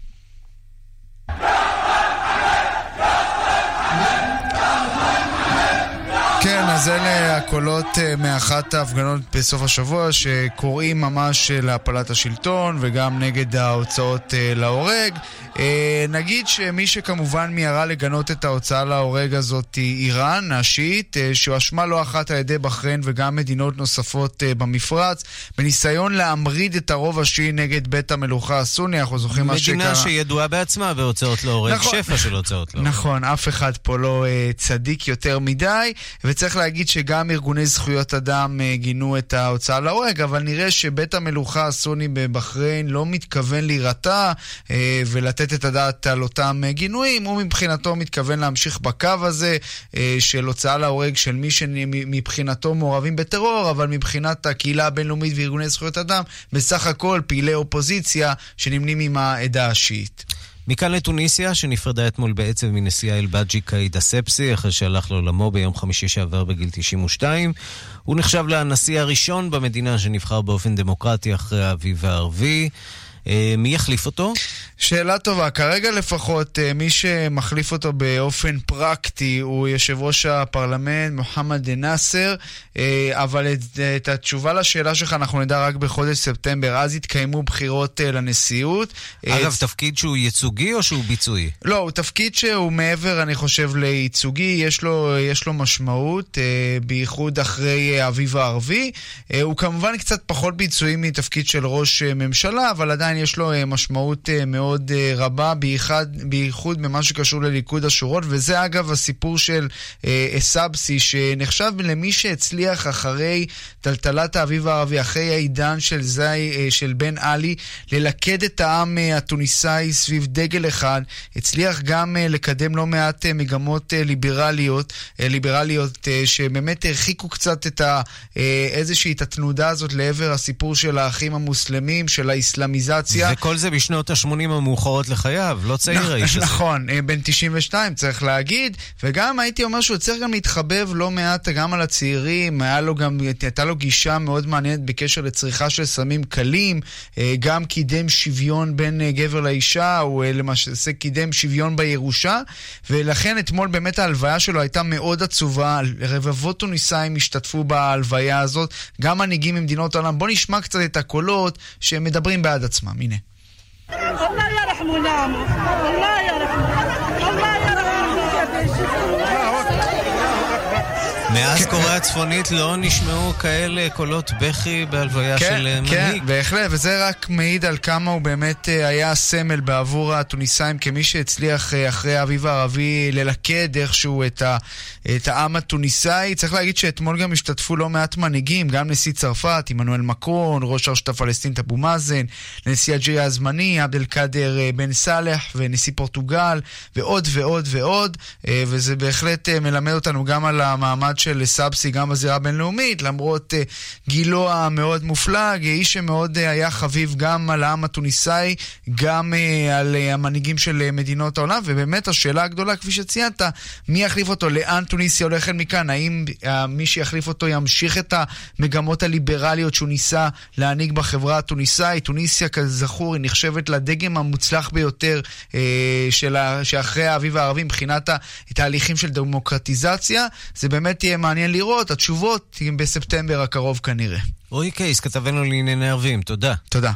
כן, אז אלה הקולות מאחת ההפגנות בסוף השבוע שקוראים ממש להפלת השלטון וגם נגד ההוצאות להורג. נגיד שמי שכמובן מיהרה לגנות את ההוצאה להורג הזאת היא איראן, השיעית, שהואשמה לא אחת על ידי בחריין וגם מדינות נוספות במפרץ, בניסיון להמריד את הרוב השיעי נגד בית המלוכה הסוני. אנחנו זוכרים מה שקרה. מדינה שידועה בעצמה בהוצאות להורג, נכון, שפע של הוצאות להורג. נכון, אף אחד פה לא צדיק יותר מדי, וצריך להגיד שגם ארגוני זכויות אדם גינו את ההוצאה להורג, אבל נראה שבית המלוכה הסוני בבחריין לא מתכוון להירתע ולתת את הדעת על אותם גינויים. הוא מבחינתו מתכוון להמשיך בקו הזה של הוצאה להורג של מי שמבחינתו מעורבים בטרור, אבל מבחינת הקהילה הבינלאומית וארגוני זכויות אדם בסך הכל פעילי אופוזיציה שנמנים עם העדה השיעית. מכאן לטוניסיה, שנפרדה אתמול בעצם מנשיאה אל-בג'י קאיד אספסי, אחרי שהלך לעולמו ביום חמישי שעבר בגיל 92. הוא נחשב לנשיא הראשון במדינה שנבחר באופן דמוקרטי אחרי האביב הערבי. מי יחליף אותו? שאלה טובה. כרגע לפחות מי שמחליף אותו באופן פרקטי הוא יושב ראש הפרלמנט מוחמד נאסר, אבל את התשובה לשאלה שלך אנחנו נדע רק בחודש ספטמבר. אז יתקיימו בחירות לנשיאות. אגב, תפקיד שהוא ייצוגי או שהוא ביצועי? לא, הוא תפקיד שהוא מעבר, אני חושב, לייצוגי. יש לו משמעות, בייחוד אחרי האביב הערבי. הוא כמובן קצת פחות ביצועי מתפקיד של ראש ממשלה, אבל עדיין יש לו משמעות מאוד רבה, בייחוד במה שקשור לליכוד השורות, וזה אגב הסיפור של סבסי, שנחשב למי שהצליח אחרי טלטלת האביב הערבי, אחרי העידן של בן עלי, ללכד את העם התוניסאי סביב דגל אחד, הצליח גם לקדם לא מעט מגמות ליברליות שבאמת הרחיקו קצת את איזושהי התנודה הזאת לעבר הסיפור של האחים המוסלמים, של האסלאמיזציה. וכל זה בשנות ה-80 המאוחרות לחייו, לא צעיר האיש הזה. נכון, בן 92 צריך להגיד, וגם הייתי אומר שהוא צריך גם להתחבב לא מעט גם על הצעירים, הייתה לו גישה מאוד מעניינת בקשר לצריכה של סמים קלים, גם קידם שוויון בין גבר לאישה, הוא למעשה קידם שוויון בירושה, ולכן אתמול באמת ההלוויה שלו הייתה מאוד עצובה, רבבות טוניסאים השתתפו בהלוויה הזאת, גם מנהיגים ממדינות העולם. בוא נשמע קצת את הקולות שמדברים בעד עצמם, הנה. الله يرحمنا الله يرحمنا الله يرحمنا. מאז קוריאה הצפונית לא נשמעו כאלה קולות בכי בהלוויה של מנהיג. כן, בהחלט, וזה רק מעיד על כמה הוא באמת היה סמל בעבור הטוניסאים, כמי שהצליח אחרי האביב הערבי ללכד איכשהו את העם הטוניסאי. צריך להגיד שאתמול גם השתתפו לא מעט מנהיגים, גם נשיא צרפת, עמנואל מקרון, ראש הרשות הפלסטינית אבו מאזן, נשיא אלג'יריה הזמני, עבד אל-קאדר בן סלח, ונשיא פורטוגל, ועוד ועוד ועוד, וזה בהחלט מלמד אותנו גם על המעמד של סבסי גם בזירה הבינלאומית, למרות גילו המאוד מופלג, איש שמאוד היה חביב גם על העם הטוניסאי, גם על המנהיגים של מדינות העולם, ובאמת השאלה הגדולה, כפי שציינת, מי יחליף אותו? לאן טוניסיה הולכת מכאן? האם מי שיחליף אותו ימשיך את המגמות הליברליות שהוא ניסה להנהיג בחברה הטוניסאית? טוניסיה, כזכור, היא נחשבת לדגם המוצלח ביותר שאחרי האביב הערבי, מבחינת התהליכים של דמוקרטיזציה. זה באמת יהיה מעניין לראות, התשובות בספטמבר הקרוב כנראה. רועי קייס, כתבנו לענייני ערבים, תודה. תודה.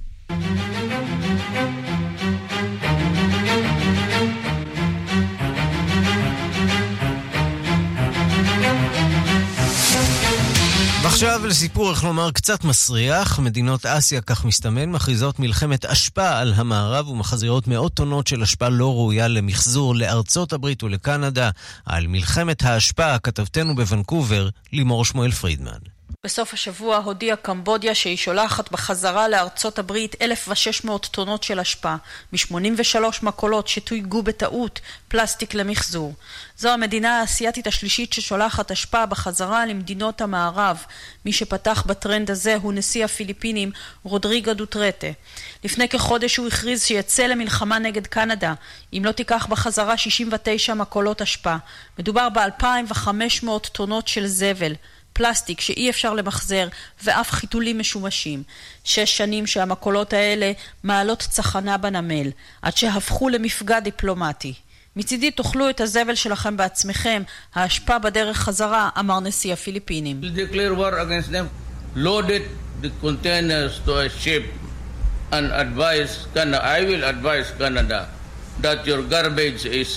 ועכשיו לסיפור, איך לומר, קצת מסריח. מדינות אסיה, כך מסתמן, מכריזות מלחמת אשפה על המערב ומחזירות מאות טונות של אשפה לא ראויה למחזור לארצות הברית ולקנדה. על מלחמת האשפה כתבתנו בוונקובר לימור שמואל פרידמן. בסוף השבוע הודיעה קמבודיה שהיא שולחת בחזרה לארצות הברית 1,600 טונות של אשפה, מ-83 מקולות שתויגו בטעות פלסטיק למחזור. זו המדינה האסייתית השלישית ששולחת אשפה בחזרה למדינות המערב. מי שפתח בטרנד הזה הוא נשיא הפיליפינים רודריגו דוטרטה. לפני כחודש הוא הכריז שיצא למלחמה נגד קנדה, אם לא תיקח בחזרה 69 מקולות אשפה. מדובר ב-2,500 טונות של זבל. פלסטיק שאי אפשר למחזר ואף חיתולים משומשים. 6 שנים שהמקולות האלה מעלות צחנה בנמל, עד שהפכו למפגע דיפלומטי. מצידי תאכלו את הזבל שלכם בעצמכם, האשפה בדרך חזרה, אמר נשיא הפיליפינים. Declare war against them, loaded the containers to a ship and advise Canada, I will advise Canada that your garbage is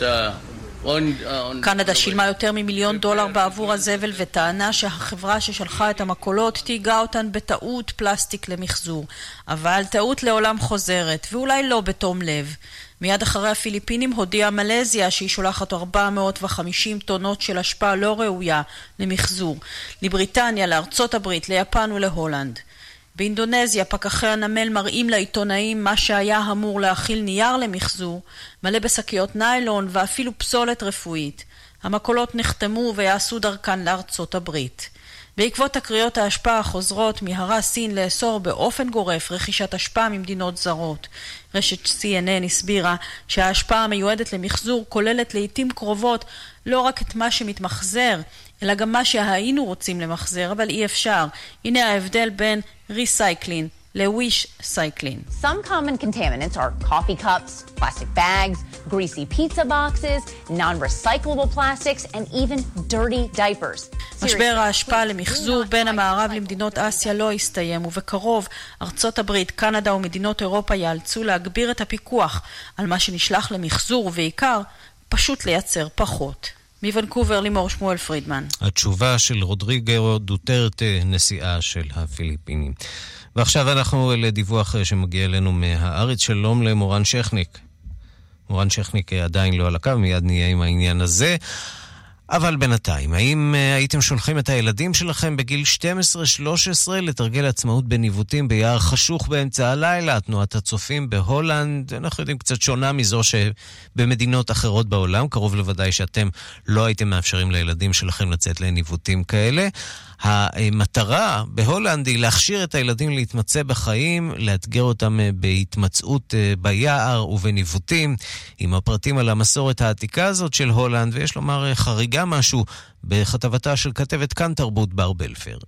קנדה שילמה יותר $1,000,000 בעבור הזבל וטענה שהחברה ששלחה את המקולות תיגע אותן בטעות פלסטיק למחזור. אבל טעות לעולם חוזרת, ואולי לא בתום לב. מיד אחרי הפיליפינים הודיעה מלזיה שהיא שולחת 450 טונות של אשפה לא ראויה למחזור. לבריטניה, לארצות הברית, ליפן ולהולנד. באינדונזיה פקחי הנמל מראים לעיתונאים מה שהיה אמור להכיל נייר למחזור, מלא בשקיות ניילון ואפילו פסולת רפואית. המקולות נחתמו ויעשו דרכן לארצות הברית. בעקבות תקריות ההשפעה החוזרות מהרה סין לאסור באופן גורף רכישת השפעה ממדינות זרות. רשת CNN הסבירה שההשפעה המיועדת למחזור כוללת לעתים קרובות לא רק את מה שמתמחזר, אלא גם מה שהיינו רוצים למחזר, אבל אי אפשר. הנה ההבדל בין ריסייקלין לוויש סייקלין. Some common contaminants are coffee cups, plastic bags, greasy pizza boxes, non-recyclable plastics, and even dirty diapers. משבר ההשפעה למחזור בין המערב למדינות אסיה לא הסתיים, ובקרוב ארצות הברית, קנדה ומדינות אירופה יאלצו להגביר את הפיקוח על מה שנשלח למחזור, ובעיקר פשוט לייצר פחות. מוונקובר, לימור שמואל פרידמן. התשובה של רודריגו דוטרטה, נשיאה של הפיליפינים. ועכשיו אנחנו לדיווח שמגיע אלינו מהארץ. שלום למורן שכניק. מורן שכניק עדיין לא על הקו, מיד נהיה עם העניין הזה. אבל בינתיים, האם הייתם שולחים את הילדים שלכם בגיל 12-13 לתרגל עצמאות בניווטים ביער חשוך באמצע הלילה? תנועת הצופים בהולנד, אנחנו יודעים, קצת שונה מזו שבמדינות אחרות בעולם. קרוב לוודאי שאתם לא הייתם מאפשרים לילדים שלכם לצאת לניווטים כאלה. המטרה בהולנד היא להכשיר את הילדים להתמצא בחיים, לאתגר אותם בהתמצאות ביער ובניווטים. עם הפרטים על המסורת העתיקה הזאת של הולנד, ויש לומר חריגה משהו בכתבתה של כתבת כאן תרבות בר בלפר.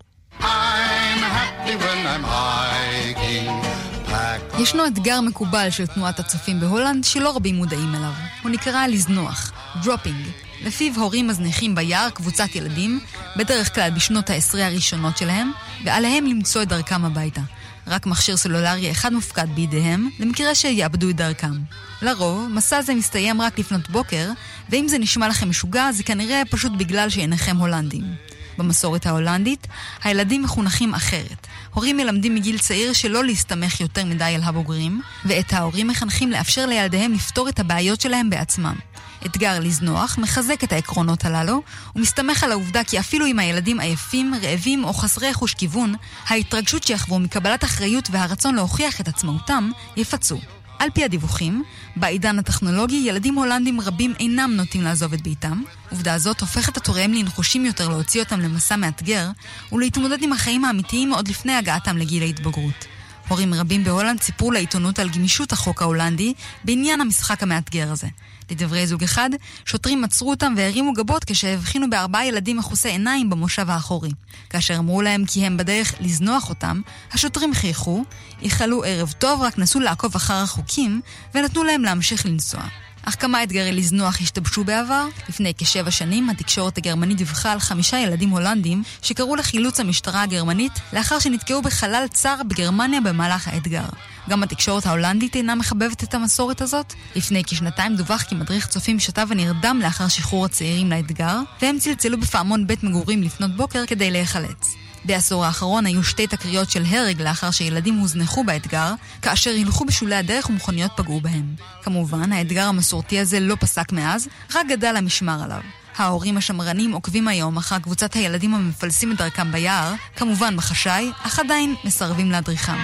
ישנו אתגר מקובל של תנועת הצופים בהולנד שלא רבים מודעים אליו. הוא נקרא לזנוח, דרופינג. לפיו הורים מזניחים ביער קבוצת ילדים, בדרך כלל בשנות העשרה הראשונות שלהם, ועליהם למצוא את דרכם הביתה. רק מכשיר סלולרי אחד מופקד בידיהם, למקרה שיאבדו את דרכם. לרוב, מסע זה מסתיים רק לפנות בוקר, ואם זה נשמע לכם משוגע, זה כנראה פשוט בגלל שאינכם הולנדים. במסורת ההולנדית, הילדים מחונכים אחרת. הורים מלמדים מגיל צעיר שלא להסתמך יותר מדי על הבוגרים, ואת ההורים מחנכים לאפשר לילדיהם לפתור את הבעיות שלהם בעצמם. אתגר לזנוח מחזק את העקרונות הללו, ומסתמך על העובדה כי אפילו אם הילדים עייפים, רעבים או חסרי חוש כיוון, ההתרגשות שיחוו מקבלת אחריות והרצון להוכיח את עצמאותם יפצו. על פי הדיווחים, בעידן הטכנולוגי ילדים הולנדים רבים אינם נוטים לעזוב את ביתם. עובדה זאת הופכת את הוריהם לנחושים יותר להוציא אותם למסע מאתגר, ולהתמודד עם החיים האמיתיים עוד לפני הגעתם לגיל ההתבגרות. הורים רבים בהולנד סיפרו לעיתונות על גמישות החוק ההולנדי בעניין המשחק המאתגר הזה. לדברי זוג אחד, שוטרים עצרו אותם והרימו גבות כשהבחינו ב4 ילדים מחוסי עיניים במושב האחורי. כאשר אמרו להם כי הם בדרך לזנוח אותם, השוטרים חייכו, איחלו ערב טוב, רק נסו לעקוב אחר החוקים, ונתנו להם להמשיך לנסוע. אך כמה אתגרי לזנוח השתבשו בעבר. לפני כ7 שנים, התקשורת הגרמנית דיווחה על 5 ילדים הולנדים שקראו לחילוץ המשטרה הגרמנית לאחר שנתקעו בחלל צר בגרמניה במהלך האתגר. גם התקשורת ההולנדית אינה מחבבת את המסורת הזאת. לפני כ2 דווח כי מדריך צופים שתה ונרדם לאחר שחרור הצעירים לאתגר, והם צלצלו בפעמון בית מגורים לפנות בוקר כדי להיחלץ. בעשור האחרון היו 2 תקריות של הרג לאחר שילדים הוזנחו באתגר, כאשר הלכו בשולי הדרך ומכוניות פגעו בהם. כמובן, האתגר המסורתי הזה לא פסק מאז, רק גדל המשמר עליו. ההורים השמרנים עוקבים היום אחר קבוצת הילדים המפלסים את דרכם ביער, כמובן בחשאי, אך עדיין מסרבים להדריכם.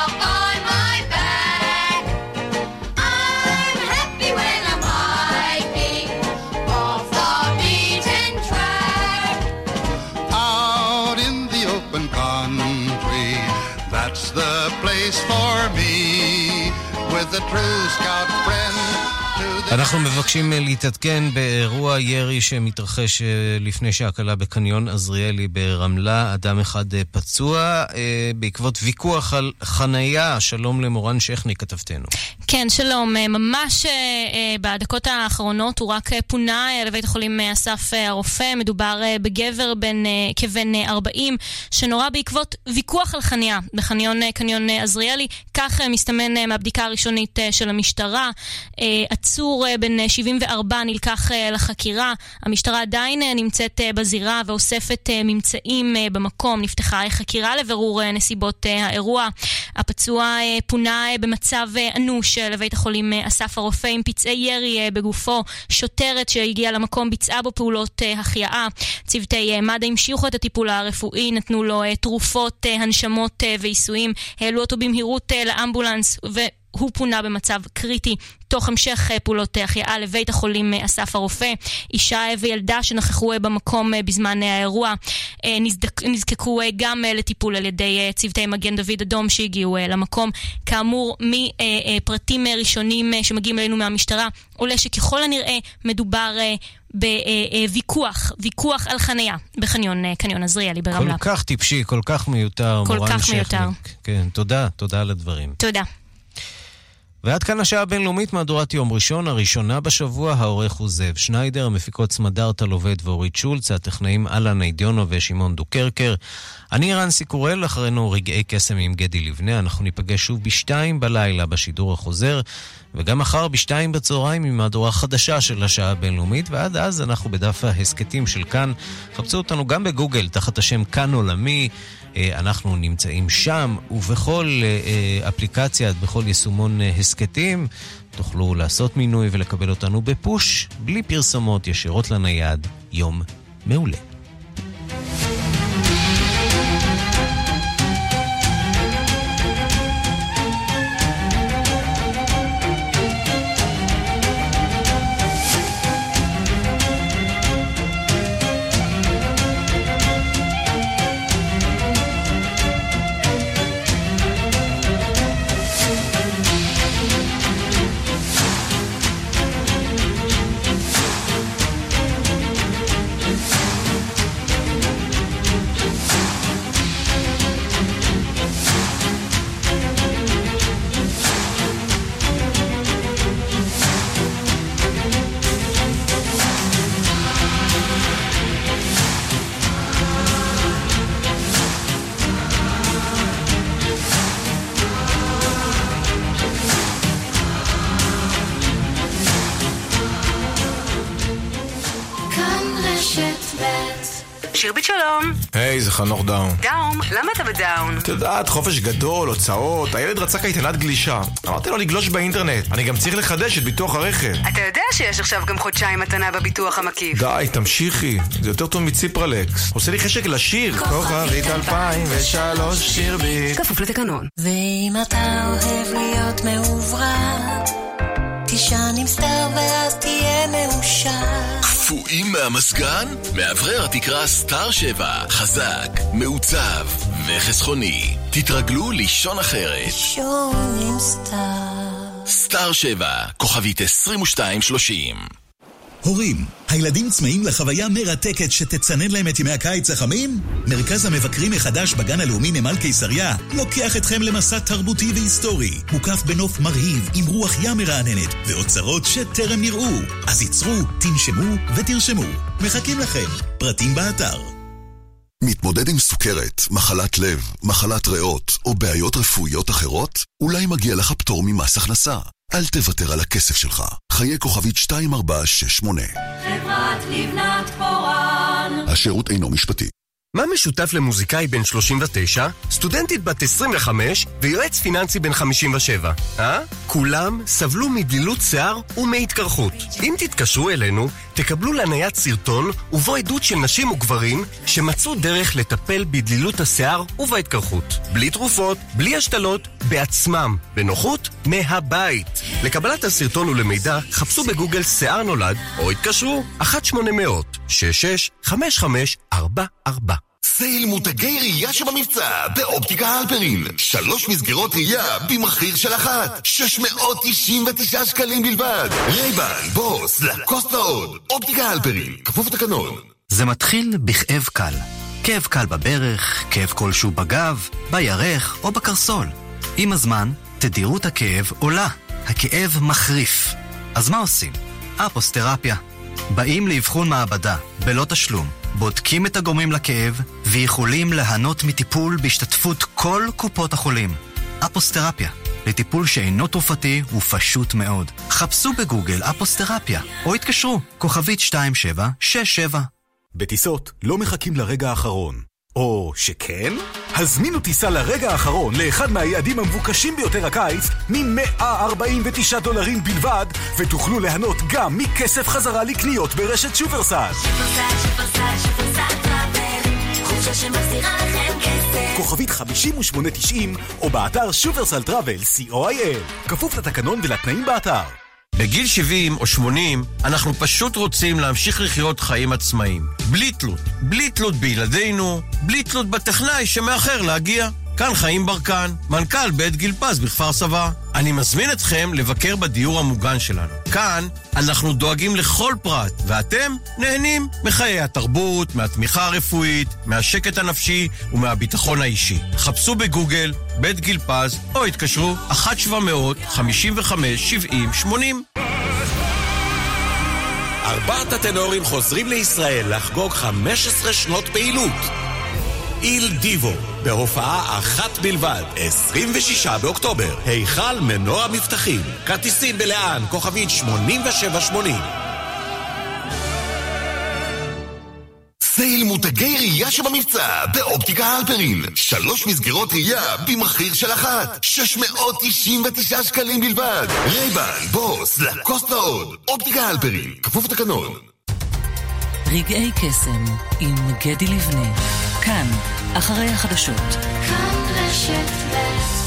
That's the place for me with a true scout friend. אנחנו מבקשים להתעדכן באירוע ירי שמתרחש לפני שהקלה בקניון עזריאלי ברמלה. אדם אחד פצוע בעקבות ויכוח על חנייה. שלום למורן שכניק, כתבתנו. כן, שלום. ממש בדקות האחרונות הוא רק פונה לבית החולים אסף הרופא. מדובר בגבר כבן 40 שנורא בעקבות ויכוח על חנייה בחניון קניון עזריאלי. כך מסתמן מהבדיקה הראשונית של המשטרה. עצור בן 74 נלקח לחקירה. המשטרה עדיין נמצאת בזירה ואוספת ממצאים במקום. נפתחה חקירה לבירור נסיבות האירוע. הפצוע פונה במצב אנוש לבית החולים אסף הרופא עם פצעי ירי בגופו. שוטרת שהגיעה למקום ביצעה בו פעולות החייאה. צוותי מד"א המשיכו את הטיפול הרפואי, נתנו לו תרופות, הנשמות ועיסויים, העלו אותו במהירות לאמבולנס והוא פונה במצב קריטי. תוך המשך פעולות החייאה לבית החולים אסף הרופא. אישה וילדה שנכחו במקום בזמן האירוע נזקקו גם לטיפול על ידי צוותי מגן דוד אדום שהגיעו למקום. כאמור, מפרטים ראשונים שמגיעים אלינו מהמשטרה עולה שככל הנראה מדובר בוויכוח על חניה בחניון עזריאלי ברמלה. כל כך טיפשי, כל כך מיותר. כל כך מיותר. כן, תודה על הדברים. תודה. ועד כאן השעה הבינלאומית, מהדורת יום ראשון, הראשונה בשבוע. העורך הוא זאב שניידר, המפיקות סמדר טלובד ואורית שולץ, הטכנאים אלן אידיונו ושמעון דוקרקר. אני רן סיקורל, אחרינו רגעי קסם עם גדי לבנה. אנחנו ניפגש שוב ב2 בלילה בשידור החוזר, וגם מחר ב2 בצהריים עם מהדורה חדשה של השעה הבינלאומית, ועד אז אנחנו בדף ההסקטים של כאן. חפשו אותנו גם בגוגל תחת השם כאן עולמי. אנחנו נמצאים שם, ובכל אפליקציה, בכל יישומון הסקטים, תוכלו לעשות מינוי ולקבל אותנו בפוש, בלי פרסומות, ישירות לנייד. יום מעולה. שירבית שלום. היי, זה חנוך דאום. דאום? למה אתה בדאון? את יודעת, חופש גדול, הוצאות, הילד רצה קייטנת גלישה. אמרתי לו לגלוש באינטרנט, אני גם צריך לחדש את ביטוח הרכב. אתה יודע שיש עכשיו גם חודשיים מתנה בביטוח המקיף. די, תמשיכי, זה יותר טוב מציפרלקס. עושה לי חשק לשיר. כוכבית 2003 שירבית. כפוף לתקנון. ואם אתה אוהב להיות מעוברת, תישן עם סטאר ואז תהיה מאושר. קפואים מהמסגן? מאוורר תקרא סטאר 7, חזק, מעוצב וחסכוני. תתרגלו לישון אחרת. לישון עם סטאר. סטאר 7, כוכבית 2230. הורים, הילדים צמאים לחוויה מרתקת שתצנן להם את ימי הקיץ החמים? מרכז המבקרים מחדש בגן הלאומי נמל קיסריה לוקח אתכם למסע תרבותי והיסטורי, מוקף בנוף מרהיב עם רוח ים מרעננת ואוצרות שטרם נראו. אז ייצרו, תנשמו ותרשמו. מחכים לכם. פרטים באתר. מתמודד עם סוכרת, מחלת לב, מחלת ריאות או בעיות רפואיות אחרות? אולי מגיע לך פטור ממס הכנסה. אל תוותר על הכסף שלך. חיי כוכבית 2468. חברת לבנת פורן. השירות אינו משפטי. מה משותף למוזיקאי בן 39, סטודנטית בת 25 ויועץ פיננסי בן 57? כולם סבלו מדלילות שיער ומהתקרחות. אם תתקשרו אלינו, תקבלו לנייד סרטון ובו עדות של נשים וגברים שמצאו דרך לטפל בדלילות השיער ובהתקרחות. בלי תרופות, בלי השתלות, בעצמם, בנוחות, מהבית. לקבלת הסרטון ולמידע, חפשו בגוגל שיער נולד או התקשרו 1-800-66-5544. סייל מותגי ראייה שבמבצע באופטיקה הלפרין. 3 מסגרות ראייה במחיר של אחת. 699 שקלים בלבד. רייבן, בוס, לקוסט ועוד. אופטיקה הלפרין, כפוף לתקנון. זה מתחיל בכאב קל. כאב קל בברך, כאב כלשהו בגב, בירך או בקרסול. עם הזמן, תדירות הכאב עולה. הכאב מחריף. אז מה עושים? אפוסטרפיה. באים לאבחון מעבדה, בלא תשלום. בודקים את הגורמים לכאב, ויכולים להנות מטיפול בהשתתפות כל קופות החולים. אפוסטרפיה, לטיפול שאינו תרופתי ופשוט מאוד. חפשו בגוגל אפוסטרפיה, או התקשרו, כוכבית 2767. בטיסות לא מחכים לרגע האחרון. או שכן? הזמינו טיסה לרגע האחרון לאחד מהיעדים המבוקשים ביותר הקיץ מ$149 בלבד, ותוכלו ליהנות גם מכסף חזרה לקניות ברשת שופרסל. שופרסל טראבל, חופשה שמחזירה לכם כסף. כוכבית 5890 או באתר שופרסל טראבל, co.il. כפוף לתקנון ולתנאים באתר. בגיל 70 או 80 אנחנו פשוט רוצים להמשיך לחיות חיים עצמאיים. בלי תלות. בלי תלות בילדינו, בלי תלות בטכנאי שמאחר להגיע. כאן חיים ברקן, מנכ"ל בית גיל פז בכפר סבא. אני מזמין אתכם לבקר בדיור המוגן שלנו. כאן אנחנו דואגים לכל פרט, ואתם נהנים מחיי התרבות, מהתמיכה הרפואית, מהשקט הנפשי ומהביטחון האישי. חפשו בגוגל בית גיל פז או התקשרו 1-700-55-70-80. ארבעת הטנורים חוזרים לישראל לחגוג 15 שנות פעילות. איל דיבו, בהופעה אחת בלבד, 26 באוקטובר, היכל מנוע מבטחים. כרטיסים בלאן, כוכבית 8780. סייל מותגי ראייה שבמבצע באופטיקה הלפרין. 3 מסגרות ראייה במחיר של אחת, 699 שקלים בלבד. רייבן, בוס, לקוסט ועוד. אופטיקה הלפרין, כפוף לתקנון. רגעי קסם עם גדי לבנה. כאן, אחרי החדשות. כאן רשת ב'